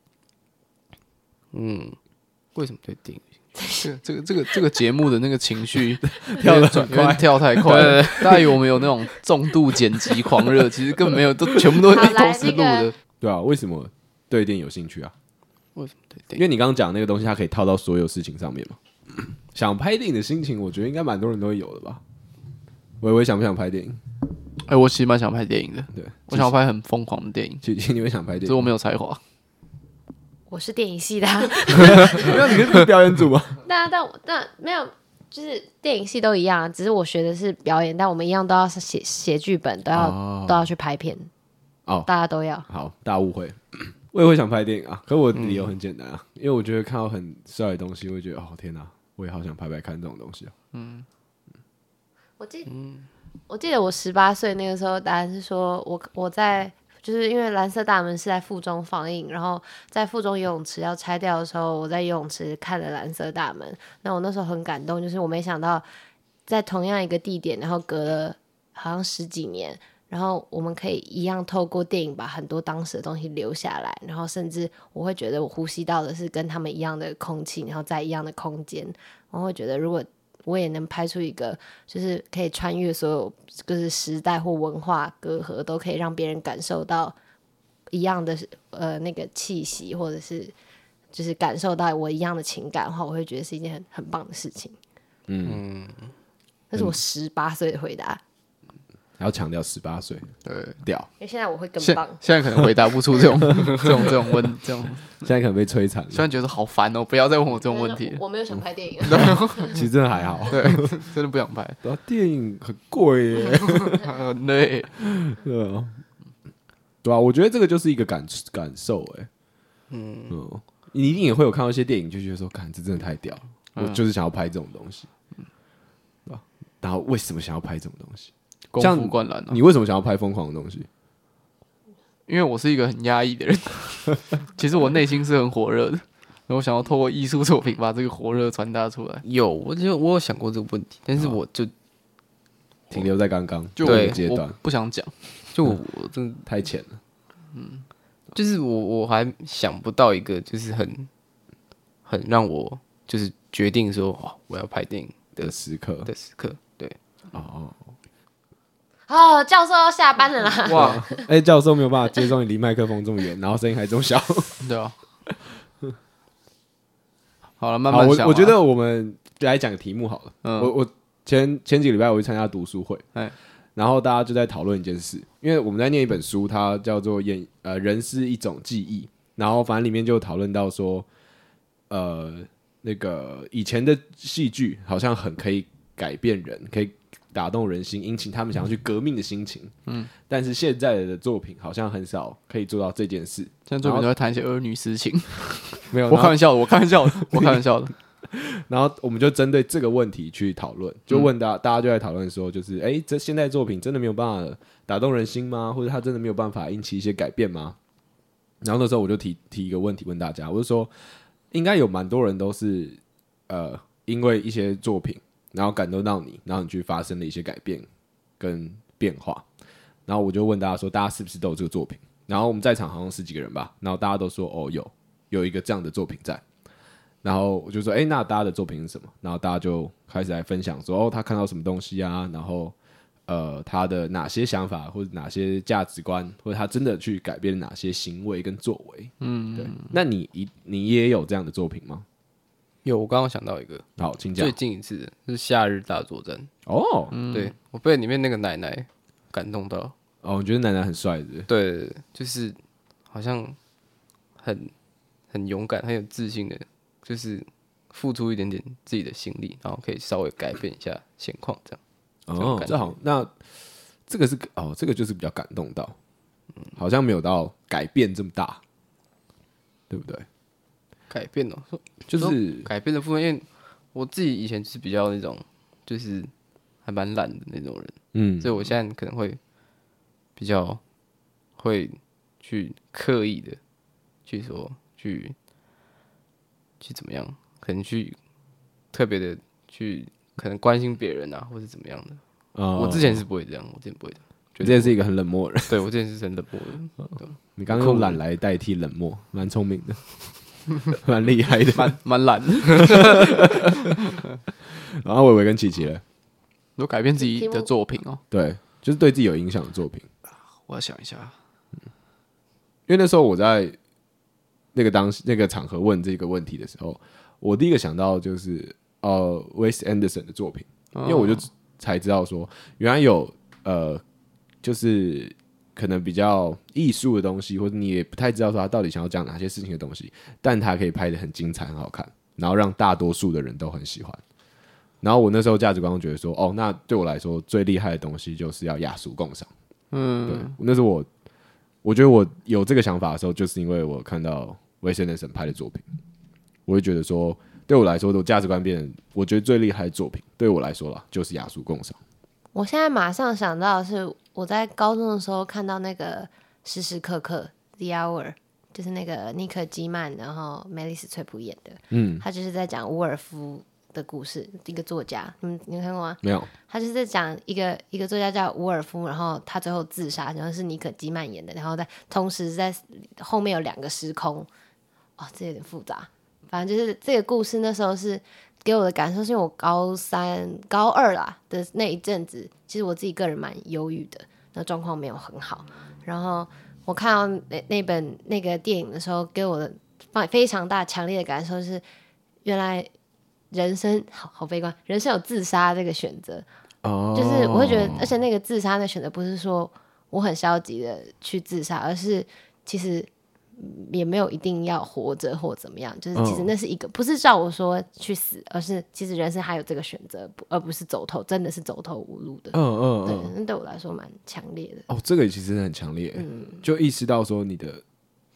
嗯，为什么对电影？ 这个这个这个这个节目的那个情绪跳得转快，跳太快了。大家以为我们有那种重度剪辑狂热，其实根本没有，都全部都都是录的。 对啊，为什么对电影有兴趣啊？ 为什么对电影？ 因为你刚刚讲那个东西，它可以套到所有事情上面嘛。想拍电影的心情，我觉得应该蛮多人都会有的吧。微微想不想拍电影？ 哎、欸，我其实蛮想拍电影的。 对， 我想要拍很疯狂的电影。 其实你会想拍电影， 只是我没有才华。 我是电影系的、啊， 那你是表演组吗？ 那但但没有，就是电影系都一样、啊，只是我学的是表演，但我们一样都要写写剧本，都要、哦、都要去拍片。哦，大家都要。 好，大误会。我也会想拍电影啊，可是我理由很简单啊，嗯、因为我觉得看到很帅的东西，我会觉得哦天哪、啊，我也好想拍拍看这种东西啊。嗯， 我记得、嗯、我记得我十八岁那个时候，答案是说我我在。就是因为蓝色大门是在附中放映，然后在附中游泳池要拆掉的时候，我在游泳池看了蓝色大门。那我那时候很感动，就是我没想到在同样一个地点，然后隔了好像十几年，然后我们可以一样透过电影把很多当时的东西留下来，然后甚至我会觉得我呼吸到的是跟他们一样的空气，然后在一样的空间，我会觉得如果我也能拍出一个就是可以穿越所有就是时代或文化隔阂，都可以让别人感受到一样的呃那个气息，或者是就是感受到我一样的情感的话，我会觉得是一件很很棒的事情。嗯，这是我十八岁的回答。 还要强调十八岁，对，屌。 因为现在我会更棒， 现在可能回答不出这种这种这种问这种， 现在可能被摧残了。 虽然觉得好烦哦，不要再问我这种问题。 我没有想拍电影， 其实真的还好， 对，真的不想拍。 电影很贵耶， 很累， 对啊，对啊，我觉得这个就是一个感感受，哎， 嗯嗯，你一定也会有看到一些电影，就觉得说，看这真的太屌了，嗯、我就是想要拍这种东西，嗯，对吧？然后为什么想要拍这种东西？ 功夫灌篮、啊， 你为什么想要拍疯狂的东西？ 因为我是一个很压抑的人，其实我内心是很火热的。我想要透过艺术作品把这个火热传达出来。 有，我就我有想过这个问题，但是我就停留在刚刚就对阶段， 不想讲， 就我我真的太浅了。 嗯，就是我我还想不到一个就是很很让我就是决定说哇我要拍电影 的, 的时刻的时刻，对哦。 哦，教授要下班了啦！ 哇，哎、欸，教授没有办法接受你离麦克风这么远，然后声音还这么小， 对啊。好了，慢慢想。 我我觉得我们来讲题目好了。嗯、我我前前几个礼拜我去参加读书会，然后大家就在讨论一件事，因为我们在念一本书，它叫做演呃人是一种记忆，然后反正里面就讨论到说，呃，那个以前的戏剧好像很可以改变人，可以打动人心，引起他们想要去革命的心情。嗯，但是现在的作品好像很少可以做到这件事。 现在作品都在谈一些儿女私情。 没有， 我开玩笑的，我开玩笑的，我开玩笑的。 然后我们就针对这个问题去讨论，就问大家，嗯、大家就在讨论说，就是哎，这现代作品真的没有办法打动人心吗？或者它真的没有办法引起一些改变吗？然后那时候我就提提一个问题问大家，我就说，应该有蛮多人都是呃，因为一些作品，然后感动到你，然后你去发生了一些改变跟变化。然后我就问大家说，大家是不是都有这个作品？然后我们在场好像十几个人吧，然后大家都说哦，有有一个这样的作品在。然后我就说，哎、欸，那大家的作品是什么？然后大家就开始来分享说，哦，他看到什么东西啊？然后，呃，他的哪些想法或者哪些价值观，或者他真的去改变哪些行为跟作为？嗯，对。那你你也有这样的作品吗？ 有，我刚刚想到一个， 好，请讲。 最近一次的是《夏日大作战》 哦， 嗯、对我被里面那个奶奶感动到。 哦，我觉得奶奶很帅的。 对, 对, 对，就是好像很很勇敢、很有自信的。就是付出一点点自己的心力，然后可以稍微改变一下现况，这样。 哦，这好，那这个是哦，这个就是比较感动到，嗯、好像没有到改变这么大，对不对？ 改变哦， 就是改变的部分，因为我自己以前是比较那种，就是还蛮懒的那种人，嗯，所以我现在可能会比较会去刻意的去说去。去怎么样？可能去特别的去，可能关心别人啊，或是怎么样的。哦、我之前是不会这样，我之前不会的。 我之前是一个很冷漠的人， 对我之前是很冷漠的。哦、 你刚刚用懒来代替冷漠，蛮聪明的，蛮厉害的， 蛮蛮懒的。 然后伟伟跟琪琪呢， 有改变自己的作品哦。 对，就是对自己有影响的作品。 我要想一下， 嗯、因为那时候我在。那个当那个场合问这个问题的时候，我第一个想到就是呃 Wes Anderson 的作品，因为我就才知道说，原来有呃，就是可能比较艺术的东西，或者你也不太知道说他到底想要讲哪些事情的东西，但他可以拍得很精彩、很好看，然后让大多数的人都很喜欢。然后我那时候价值观觉得说，哦，那对我来说最厉害的东西就是要雅俗共赏。嗯，对，那是我我觉得我有这个想法的时候，就是因为我看到。Wes Anderson 拍的作品，我会觉得说，对我来说，我价值观变，我觉得最厉害的作品，对我来说啦，就是雅俗共赏。 我现在马上想到的是，我在高中的时候看到那个时时刻刻 The Hour， 就是那个尼可基曼，然后梅丽史翠普演的，嗯，他就是在讲伍尔夫的故事，一个作家，你们你有看过吗？ 没有。 他就是在讲一个一个作家叫伍尔夫，然后他最后自杀，然后是尼可基曼演的，然后在同时在后面有两个时空。哦，这有点复杂。反正就是这个故事，那时候是给我的感受，是因为我高三、高二啦的那一阵子，其实我自己个人蛮忧郁的，那状况没有很好。然后我看到那那本那个电影的时候，给我的非常大、强烈的感受是，原来人生好好悲观，人生有自杀这个选择。哦，就是我会觉得，而且那个自杀的选择不是说我很消极的去自杀，而是其实。也没有一定要活着或怎么样，就是其实那是一个、嗯、不是照我说去死，而是其实人生还有这个选择，而不是走投真的是走投无路的。嗯嗯嗯，对，对我来说蛮强烈的。 哦，这个其实很强烈，嗯，就意识到说你的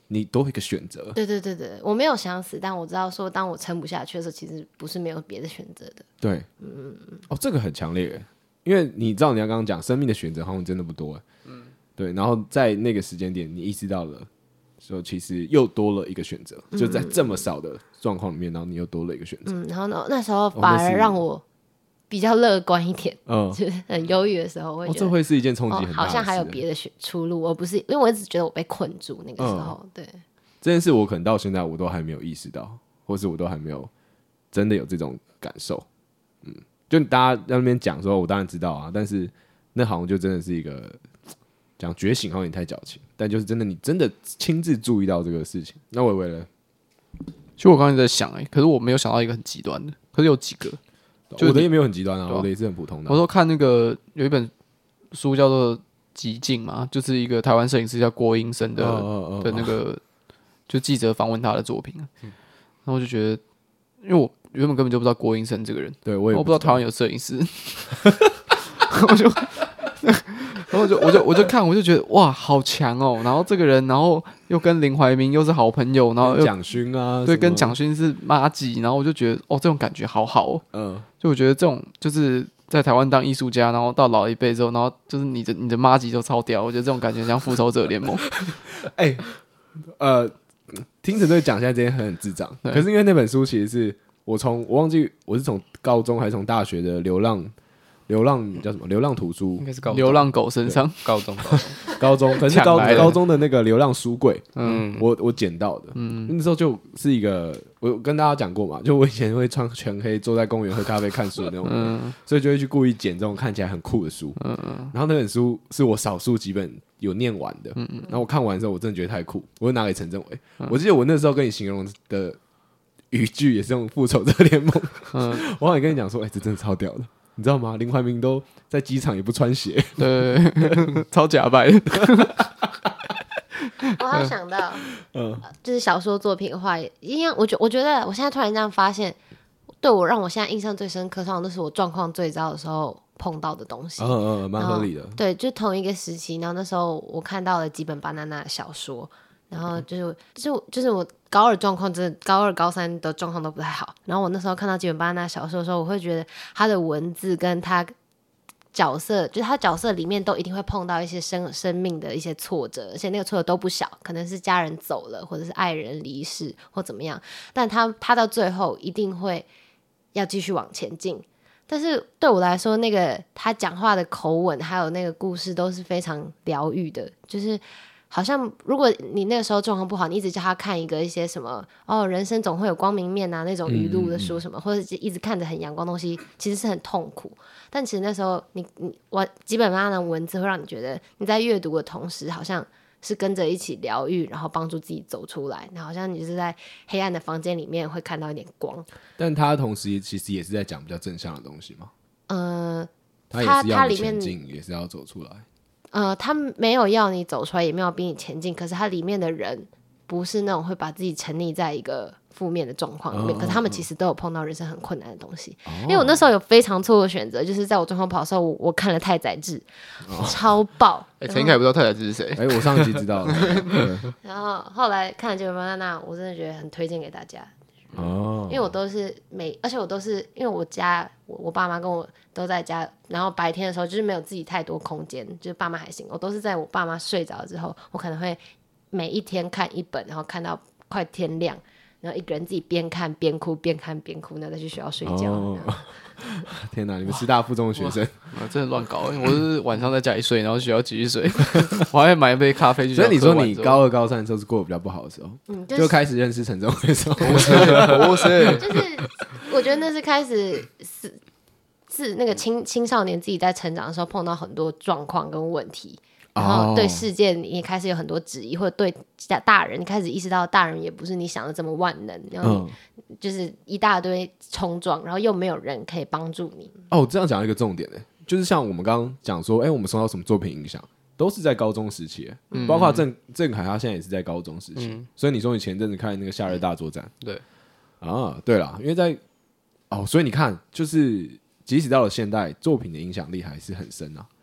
你多一个选择。 对对对对，我没有想死，但我知道说，当我撑不下去的时候，其实不是没有别的选择的。 对，嗯，哦，这个很强烈耶，因为你知道，你要刚刚讲生命的选择好像真的不多，嗯，对，然后在那个时间点，你意识到了，说其实又多了一个选择，嗯、就在这么少的状况里面，然后你又多了一个选择， 嗯，然后呢，那时候反而让我比较乐观一点， 嗯， 就是很忧郁的时候，我会觉得、 哦、这会是一件冲击很大的事、 哦，好像还有别的选出路，而不是因为我一直觉得我被困住那个时候，嗯、对。 这件事我可能到现在我都还没有意识到，或是我都还没有真的有这种感受。嗯，就大家在那边讲的时候，我当然知道啊，但是那好像就真的是一个讲觉醒，好像有点太矫情，但就是真的你真的亲自注意到这个事情。那伟伟呢？ 其实我刚才在想、欸，哎，可是我没有想到一个很极端的，可是有几个， 就我的也没有很极端啊，我的也是很普通的、啊。 我说看那个有一本书叫做《极境》嘛，就是一个台湾摄影师叫郭英生的、哦哦哦、的那个。就记者访问他的作品、啊嗯、然后我就觉得，因为我原本根本就不知道郭英生这个人， 对我也不知道，我不知道台湾有摄影师，我就，然后我就我就我就看，我就觉得哇，好强哦！然后这个人，然后又跟林怀民又是好朋友，然后又蒋勋啊， 对，跟蒋勋是麻吉，然后我就觉得哦，这种感觉好好哦，嗯，就我觉得这种就是在台湾当艺术家，然后到老一辈之后，然后就是你的你的麻吉都超屌，我觉得这种感觉像复仇者联盟， 哎、欸，呃。听陈队讲，现在这件很智障，可是因为那本书其实是我从我忘记我是从高中还是从大学的流浪流浪叫什么流浪图书， 应该是高中流浪狗身上， 高中高中高中，可是高高中的那个流浪书柜，嗯，我我捡到的，嗯，那时候就是一个我跟大家讲过嘛，就我以前会穿全黑，坐在公园喝咖啡看书的那种人，嗯，所以就会去故意捡这种看起来很酷的书，嗯嗯，然后那本书是我少数几本有念完的，嗯嗯，然后我看完之后，我真的觉得太酷，我就拿给陈政伟。嗯、我记得我那时候跟你形容的语句也是用《复仇者联盟》，嗯，我好像跟你讲说，哎、欸，这真的超屌的，你知道吗？林怀民都在机场也不穿鞋， 对，超假白的。 我还想到，嗯，就是小说作品的话，因为我觉我觉得我现在突然这样发现，对我让我现在印象最深刻，通常都是我状况最糟的时候碰到的东西， 嗯嗯，蛮合理的。 对，就同一个时期，然后那时候我看到了几本巴娜娜的小说，然后就是就就是我高二状况真的高二高三的状况都不太好，然后我那时候看到几本巴娜娜小说的时候，我会觉得他的文字跟他角色，就是他角色里面都一定会碰到一些生生命的一些挫折，而且那个挫折都不小，可能是家人走了，或者是爱人离世或怎么样，但他他到最后一定会要继续往前进。但是对我来说，那个他讲话的口吻还有那个故事都是非常疗愈的，就是好像如果你那个时候状况不好，你一直叫他看一个一些什么哦，人生总会有光明面啊那种语录的书什么，嗯嗯嗯，或者一直看着很阳光的东西，其实是很痛苦。但其实那时候你你我基本上的文字会让你觉得你在阅读的同时，好像是跟着一起疗愈，然后帮助自己走出来，然后好像你就是在黑暗的房间里面会看到一点光。 但他同时其实也是在讲比较正向的东西嘛。 呃， 他也是要你前进，也是要走出来。 呃，他没有要你走出来，也没有逼你前进，可是他里面的人不是那种会把自己沉溺在一个负面的状况里面，哦，可是他们其实都有碰到人生很困难的东西。哦，因为我那时候有非常错的选择，就是在我状况不好的时候，我, 我看了太宰治，哦，超爆。 哎，陈应该也不知道太宰治是谁。 哎，我上一集知道了。 然后后来看了这本《巴娜娜》，我真的觉得很推荐给大家。哦，因为我都是每，而且我都是因为我家我我爸妈跟我都在家，然后白天的时候就是没有自己太多空间，就是爸妈还行，我都是在我爸妈睡着之后，我可能会每一天看一本，然后看到快天亮，然后一个人自己边看边哭，边看边哭，然后再去学校睡觉。哦， 天哪，你们师大附中的学生啊，真的乱搞！我是晚上在家里睡，然后学校继续睡，我还买一杯咖啡去。 所以你说你高二高三的时候是过得比较不好的时候，嗯，就是、就开始认识陈政伟的时候，不是不是， 就是我觉得那是开始是是那个青青少年自己在成长的时候碰到很多状况跟问题。然后对世界你也开始有很多质疑，或者对大人你开始意识到大人也不是你想的这么万能，然后你就是一大堆冲撞，然后又没有人可以帮助你。 哦，这样讲一个重点呢，就是像我们刚刚讲说，哎，我们受到什么作品影响，都是在高中时期，嗯，包括郑郑恺他现在也是在高中时期，嗯，所以你说你前阵子看那个《夏日大作战》， 对啊，对啦，因为在哦，所以你看，就是即使到了现代，作品的影响力还是很深啊。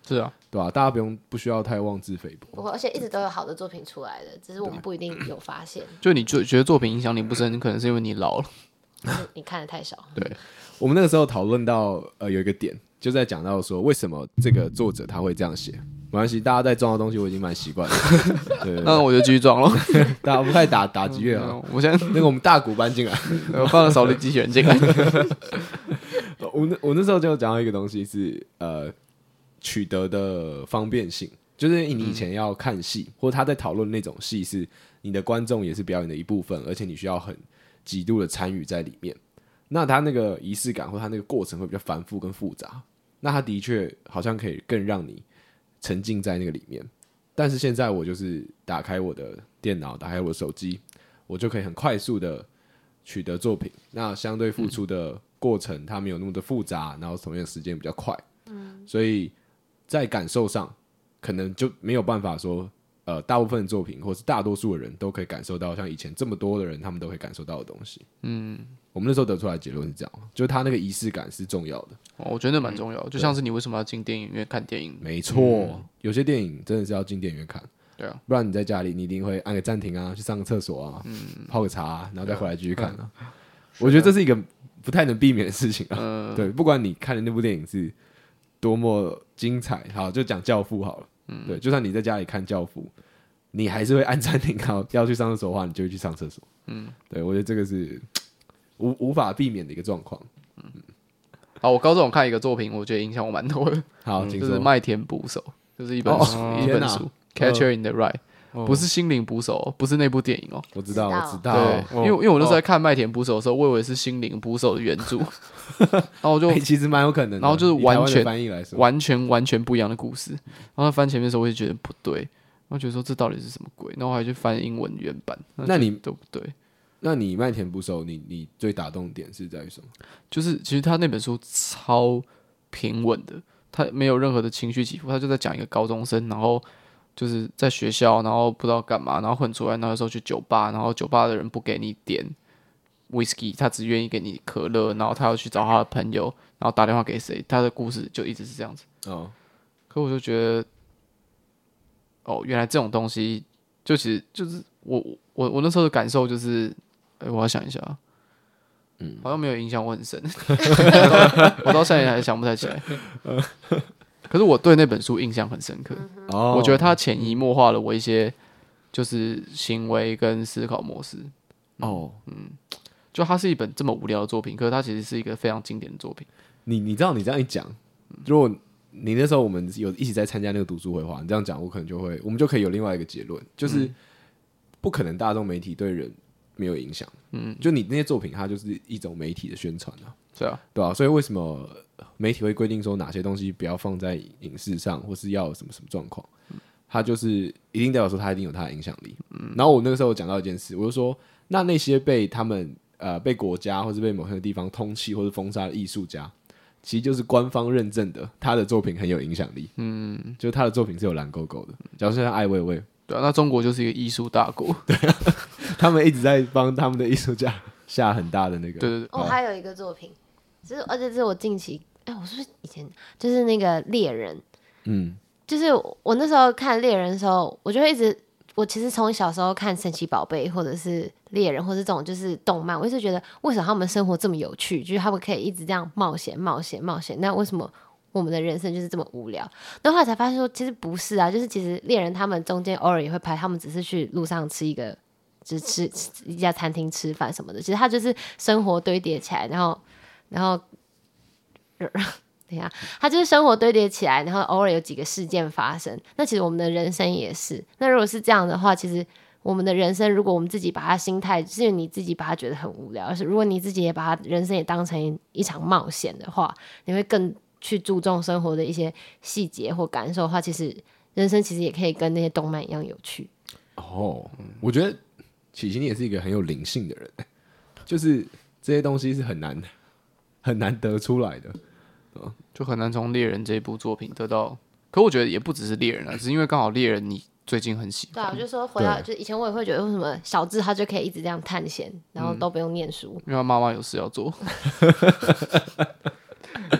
是啊， 对吧、啊？大家不用不需要太妄自菲薄， 而且一直都有好的作品出来的，只是我们不一定有发现。 就你觉觉得作品影响你不深，可能是因为你老了， 你看的太少。 对， 我们那个时候讨论到呃有一个点，就在讲到说为什么这个作者他会这样写。没关系，大家在撞到东西我已经蛮习惯了。对, 对, 对， 那我就继续撞了。 大家不太打打击乐啊。 我现在那个我们大鼓搬进来， 我放了扫地机器人进来。 我那我那时候就讲到一个东西是呃取得的方便性，就是你以前要看戏，嗯、或者他在讨论那种戏是你的观众也是表演的一部分，而且你需要很极度的参与在里面。那他那个仪式感或他那个过程会比较繁复跟复杂，那他的确好像可以更让你沉浸在那个里面。但是现在我就是打开我的电脑，打开我的手机，我就可以很快速的取得作品。那相对付出的过程，它没有那么的复杂，然后同样时间比较快，嗯，所以在感受上可能就没有办法说，呃，大部分的作品或是大多数的人都可以感受到像以前这么多的人他们都可以感受到的东西。嗯，我们那时候得出来的结论是这样，就是他那个仪式感是重要的。 哦、我觉得那蛮重要的，就像是你为什么要进电影院看电影？ 没错、嗯，有些电影真的是要进电影院看。 对啊， 不然你在家里你一定会按个暂停啊，去上个厕所啊，嗯、泡个茶、啊，然后再回来继续看啊。嗯、我觉得这是一个不太能避免的事情啊。嗯、对，不管你看的那部电影是多么精彩，好，就讲《教父》好了。嗯、对，就算你在家里看《教父》，你还是会按暂停，好要去上厕所的话，你就会去上厕所。嗯，对，我觉得这个是无无法避免的一个状况。嗯， 好，我高中看一个作品，我觉得影响我蛮多的。 好， 就是《麦田捕手》，就是一本书，哦、一本书，《Catcher in the Rye》。不是心灵捕手，不是那部电影哦。 我知道，我知道。 对，因为因为我那时候在看《麦田捕手》的时候，我以为是心灵捕手的原著，然后我就其实蛮有可能的。 然后就是完全翻译来说， 完全完全不一样的故事。然后翻前面的时候，我就觉得不对，我觉得说这到底是什么鬼？然后我还去翻英文原版， 那你都不对。 那你《麦田捕手》你，你你最打动点是在于什么？ 就是其实他那本书超平稳的，他没有任何的情绪起伏，他就在讲一个高中生，然后。就是在学校，然后不知道干嘛，然后混出来，然后有时候去酒吧，然后酒吧的人不给你点 whisky， 他只愿意给你可乐，然后他要去找他的朋友，然后打电话给谁，他的故事就一直是这样子。哦，可我就觉得，哦，原来这种东西，就其实就是我我我那时候的感受就是，哎，我要想一下，嗯，好像没有影响我很深，我到现在还想不太起来。可是我对那本书印象很深刻，嗯、我觉得它潜移默化了我一些就是行为跟思考模式。哦，嗯，就它是一本这么无聊的作品，可是它其实是一个非常经典的作品。 你你知道你这样一讲，如果你那时候我们有一起在参加那个读书会的话，你这样讲，我可能就会我们就可以有另外一个结论，就是不可能大众媒体对人没有影响。嗯，就你那些作品，它就是一种媒体的宣传啊。 对啊， 对啊，所以为什么媒体会规定说哪些东西不要放在影视上，或是要有什么什么状况？它就是一定代表说它一定有它的影响力。嗯，然后我那个时候讲到一件事，我就说，那那些被他们呃被国家或是被某些地方通缉或是封杀的艺术家，其实就是官方认证的，他的作品很有影响力。嗯，就是他的作品是有蓝勾勾的。假如说像艾未未， 对啊，那中国就是一个艺术大国。 对啊，他们一直在帮他们的艺术家下很大的那个。 对对对。 哦，还有一个作品。就是，而且这是我近期，哎、欸，我是不是以前就是那个猎人？嗯，就是我那时候看猎人的时候，我就会一直，我其实从小时候看神奇宝贝或者是猎人，或者这种就是动漫，我一直觉得为什么他们生活这么有趣，就是他们可以一直这样冒险、冒险、冒险，那为什么我们的人生就是这么无聊？然后后来才发现说，其实不是啊，就是其实猎人他们中间偶尔也会拍，他们只是去路上吃一个，就是吃一家餐厅吃饭什么的，其实他就是生活堆叠起来，然后。然后，等一下，它就是生活堆叠起来，然后偶尔有几个事件发生。那其实我们的人生也是。那如果是这样的话，其实我们的人生，如果我们自己把它心态，是你自己把它觉得很无聊，而是如果你自己也把它人生也当成一场冒险的话，你会更去注重生活的一些细节或感受的话，其实人生其实也可以跟那些动漫一样有趣。 哦，我觉得启奇你也是一个很有灵性的人，就是这些东西是很难的。很难得出来的， 就很难从猎人这一部作品得到。可我觉得也不只是猎人啊，只是因为刚好猎人你最近很喜欢。 对啊，我就说回到，就以前我也会觉得为什么小智他就可以一直这样探险，然后都不用念书， 嗯、因为他妈妈有事要做。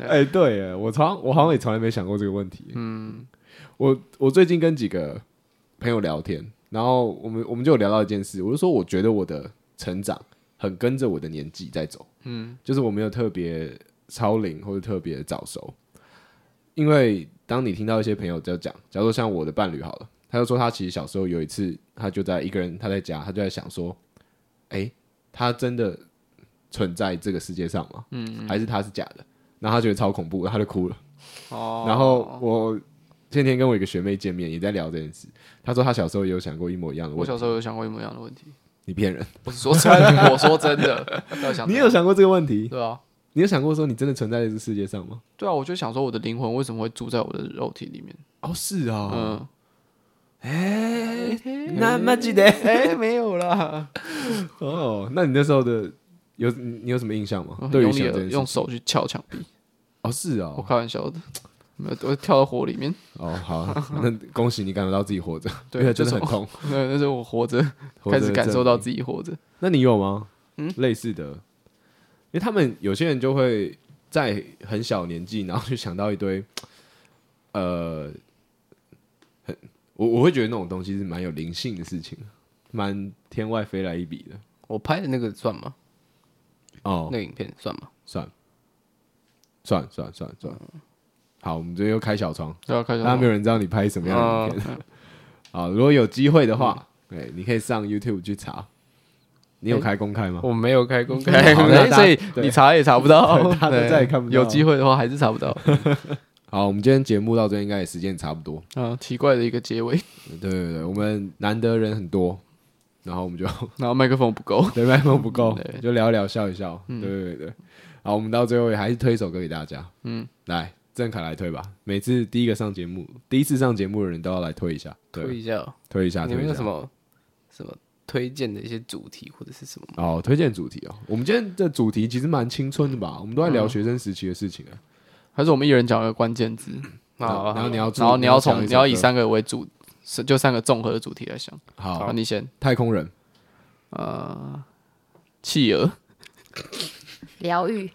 哎、欸，对耶，我从我好像也从来没想过这个问题。嗯，我我最近跟几个朋友聊天，然后我们我们就有聊到一件事，我就说我觉得我的成长很跟着我的年纪在走，嗯，就是我没有特别超龄或者特别早熟，因为当你听到一些朋友在讲，假如说像我的伴侣好了，他就说他其实小时候有一次，他就在一个人他在家，他就在想说，哎、欸，他真的存在这个世界上吗？嗯，还是他是假的？然后他觉得超恐怖，他就哭了。哦，然后我前天跟我一个学妹见面，也在聊这件事。她说她小时候也有想过一模一样的问题。 我小时候有想过一模一样的问题。 你骗人！ 我是说真的，我说真的。 你有想过这个问题？ 对啊， 你有想过说你真的存在在这个世界上吗？ 对啊，我就想说我的灵魂为什么会住在我的肉体里面？ 哦，是啊、哦， 嗯。 哎、欸，那那记得哎、欸，没有啦。 哦，那你那时候的有你有什么印象吗？对于想这件事情用手去撬墙壁。 哦，是啊、哦， 我开玩笑的，没有，我跳到火里面。 哦，好，那恭喜你感觉到自己活着， 对， 因为真的很痛。 对，那是我活着，开始感受到自己活着。 那你有吗？嗯，类似的，因为他们有些人就会在很小年纪，然后就想到一堆，呃，很我我会觉得那种东西是蛮有灵性的事情，蛮天外飞来一笔的。 我拍的那个算吗？ 哦， 那个影片算吗？ 算。算算算算，好，我们这边又开小窗， 对啊，开小窗， 当然没有人知道你拍什么样的影片。好，如果有机会的话，对，你可以上 YouTube 去查。你有开公开吗？ 我没有开公开， 所以你查也查不到， 大家再也看不到。 有机会的话还是查不到。 好，我们今天节目到这应该也时间差不多。 啊，奇怪的一个结尾。 对对对，我们难得人很多，然后我们就， 然后麦克风不够， 对，麦克风不够，就聊一聊，笑一笑。对对对。好，我们到最后也还是推一首歌给大家。嗯，来，郑凯来推吧。每次第一个上节目，第一次上节目的人都要来推一下， 推一下， 推一下。 你们有什么什么推荐的一些主题或者是什么？ 哦，推荐主题哦。我们今天的主题其实蛮青春的吧？我们都在聊学生时期的事情啊。 还是我们一人讲一个关键字， 然后你要， 然后你要从你要以三个为主，就三个综合的主题来想。 好， 你先。 太空人， 呃，企鹅。 疗愈，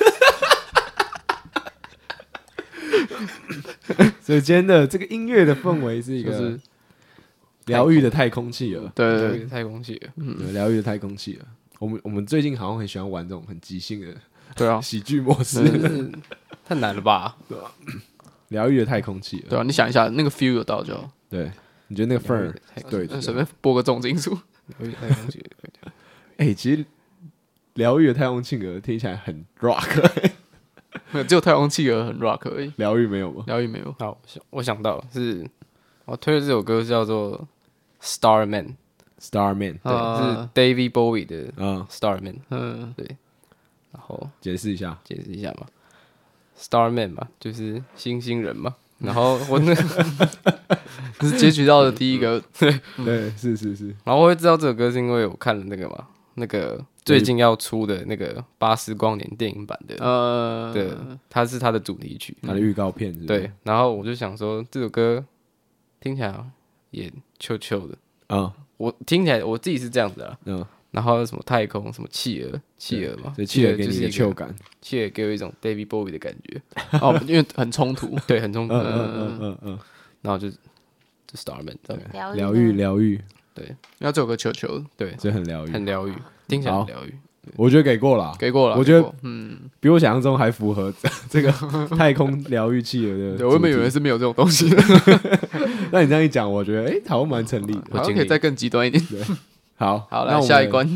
所以今天的这个音乐的氛围是一个疗愈的太空企鹅， 对对对， 太空企鹅， 嗯，疗愈的太空企鹅。我们我们最近好像很喜欢玩这种很即兴的， 对啊， 喜剧模式， 太难了吧？ 对吧？疗愈的太空企鹅， 对啊，你想一下，那个 feel 有到就好。 对，你觉得那个份儿对， 随便播个重金属， 疗愈太空企鹅， 哎，其实。疗愈的太空企鹅听起来很 rock， 没有，只有太空企鹅很 rock 而已。 疗愈没有吗？ 疗愈没有。 好，我想到是，我推的这首歌叫做 Starman，Starman， 对，是 David Bowie 的嗯 Starman， 嗯，对。然后解释一下， 解释一下嘛 ，Starman 嘛，就是星星人嘛。然后我那这是截取到的第一个， 对对，是是是。 然后我会知道这首歌是因为我看了那个嘛，那个。最近要出的那个巴斯光年电影版的，呃，对，它是它的主题曲， 它的预告片是不是， 对。然后我就想说，这首歌听起来也秋秋的啊、嗯，我听起来我自己是这样子啊，嗯。然后什么太空，什么企鹅，企鹅嘛， 所以企鹅给你的秋感， 企鹅给我一种 David Bowie 的感觉， 哦，因为很冲突， 对，很冲突， 嗯嗯嗯嗯， 然后就就 Starman， 疗愈疗愈， 对， 然后这首歌秋秋的， 对， 所以很疗愈， 很疗愈。听起来很疗愈， 我觉得给过了， 给过了。 我觉得，嗯，比我想象中还符合这个太空疗愈企鹅的。 对，我原本以为是没有这种东西的。 那你这样一讲，我觉得，哎，好像蛮成立的。 好像可以再更极端一点。 对，好， 好，来下一关。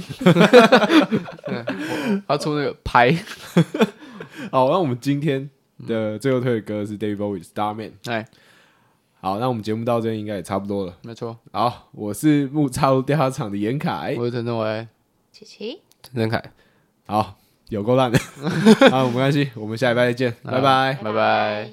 他出那个拍。 好，那我们今天的最后推的歌是 David Bowie 的 Starman。 哎。 好，那我们节目到这应该也差不多了。 没错。 好，我是木叉路调查厂的严凯， 我是陈正伟， 琪琪， 陈正凯。 好，有够烂的。好，没关系，我们下礼拜再见，拜拜， 拜拜。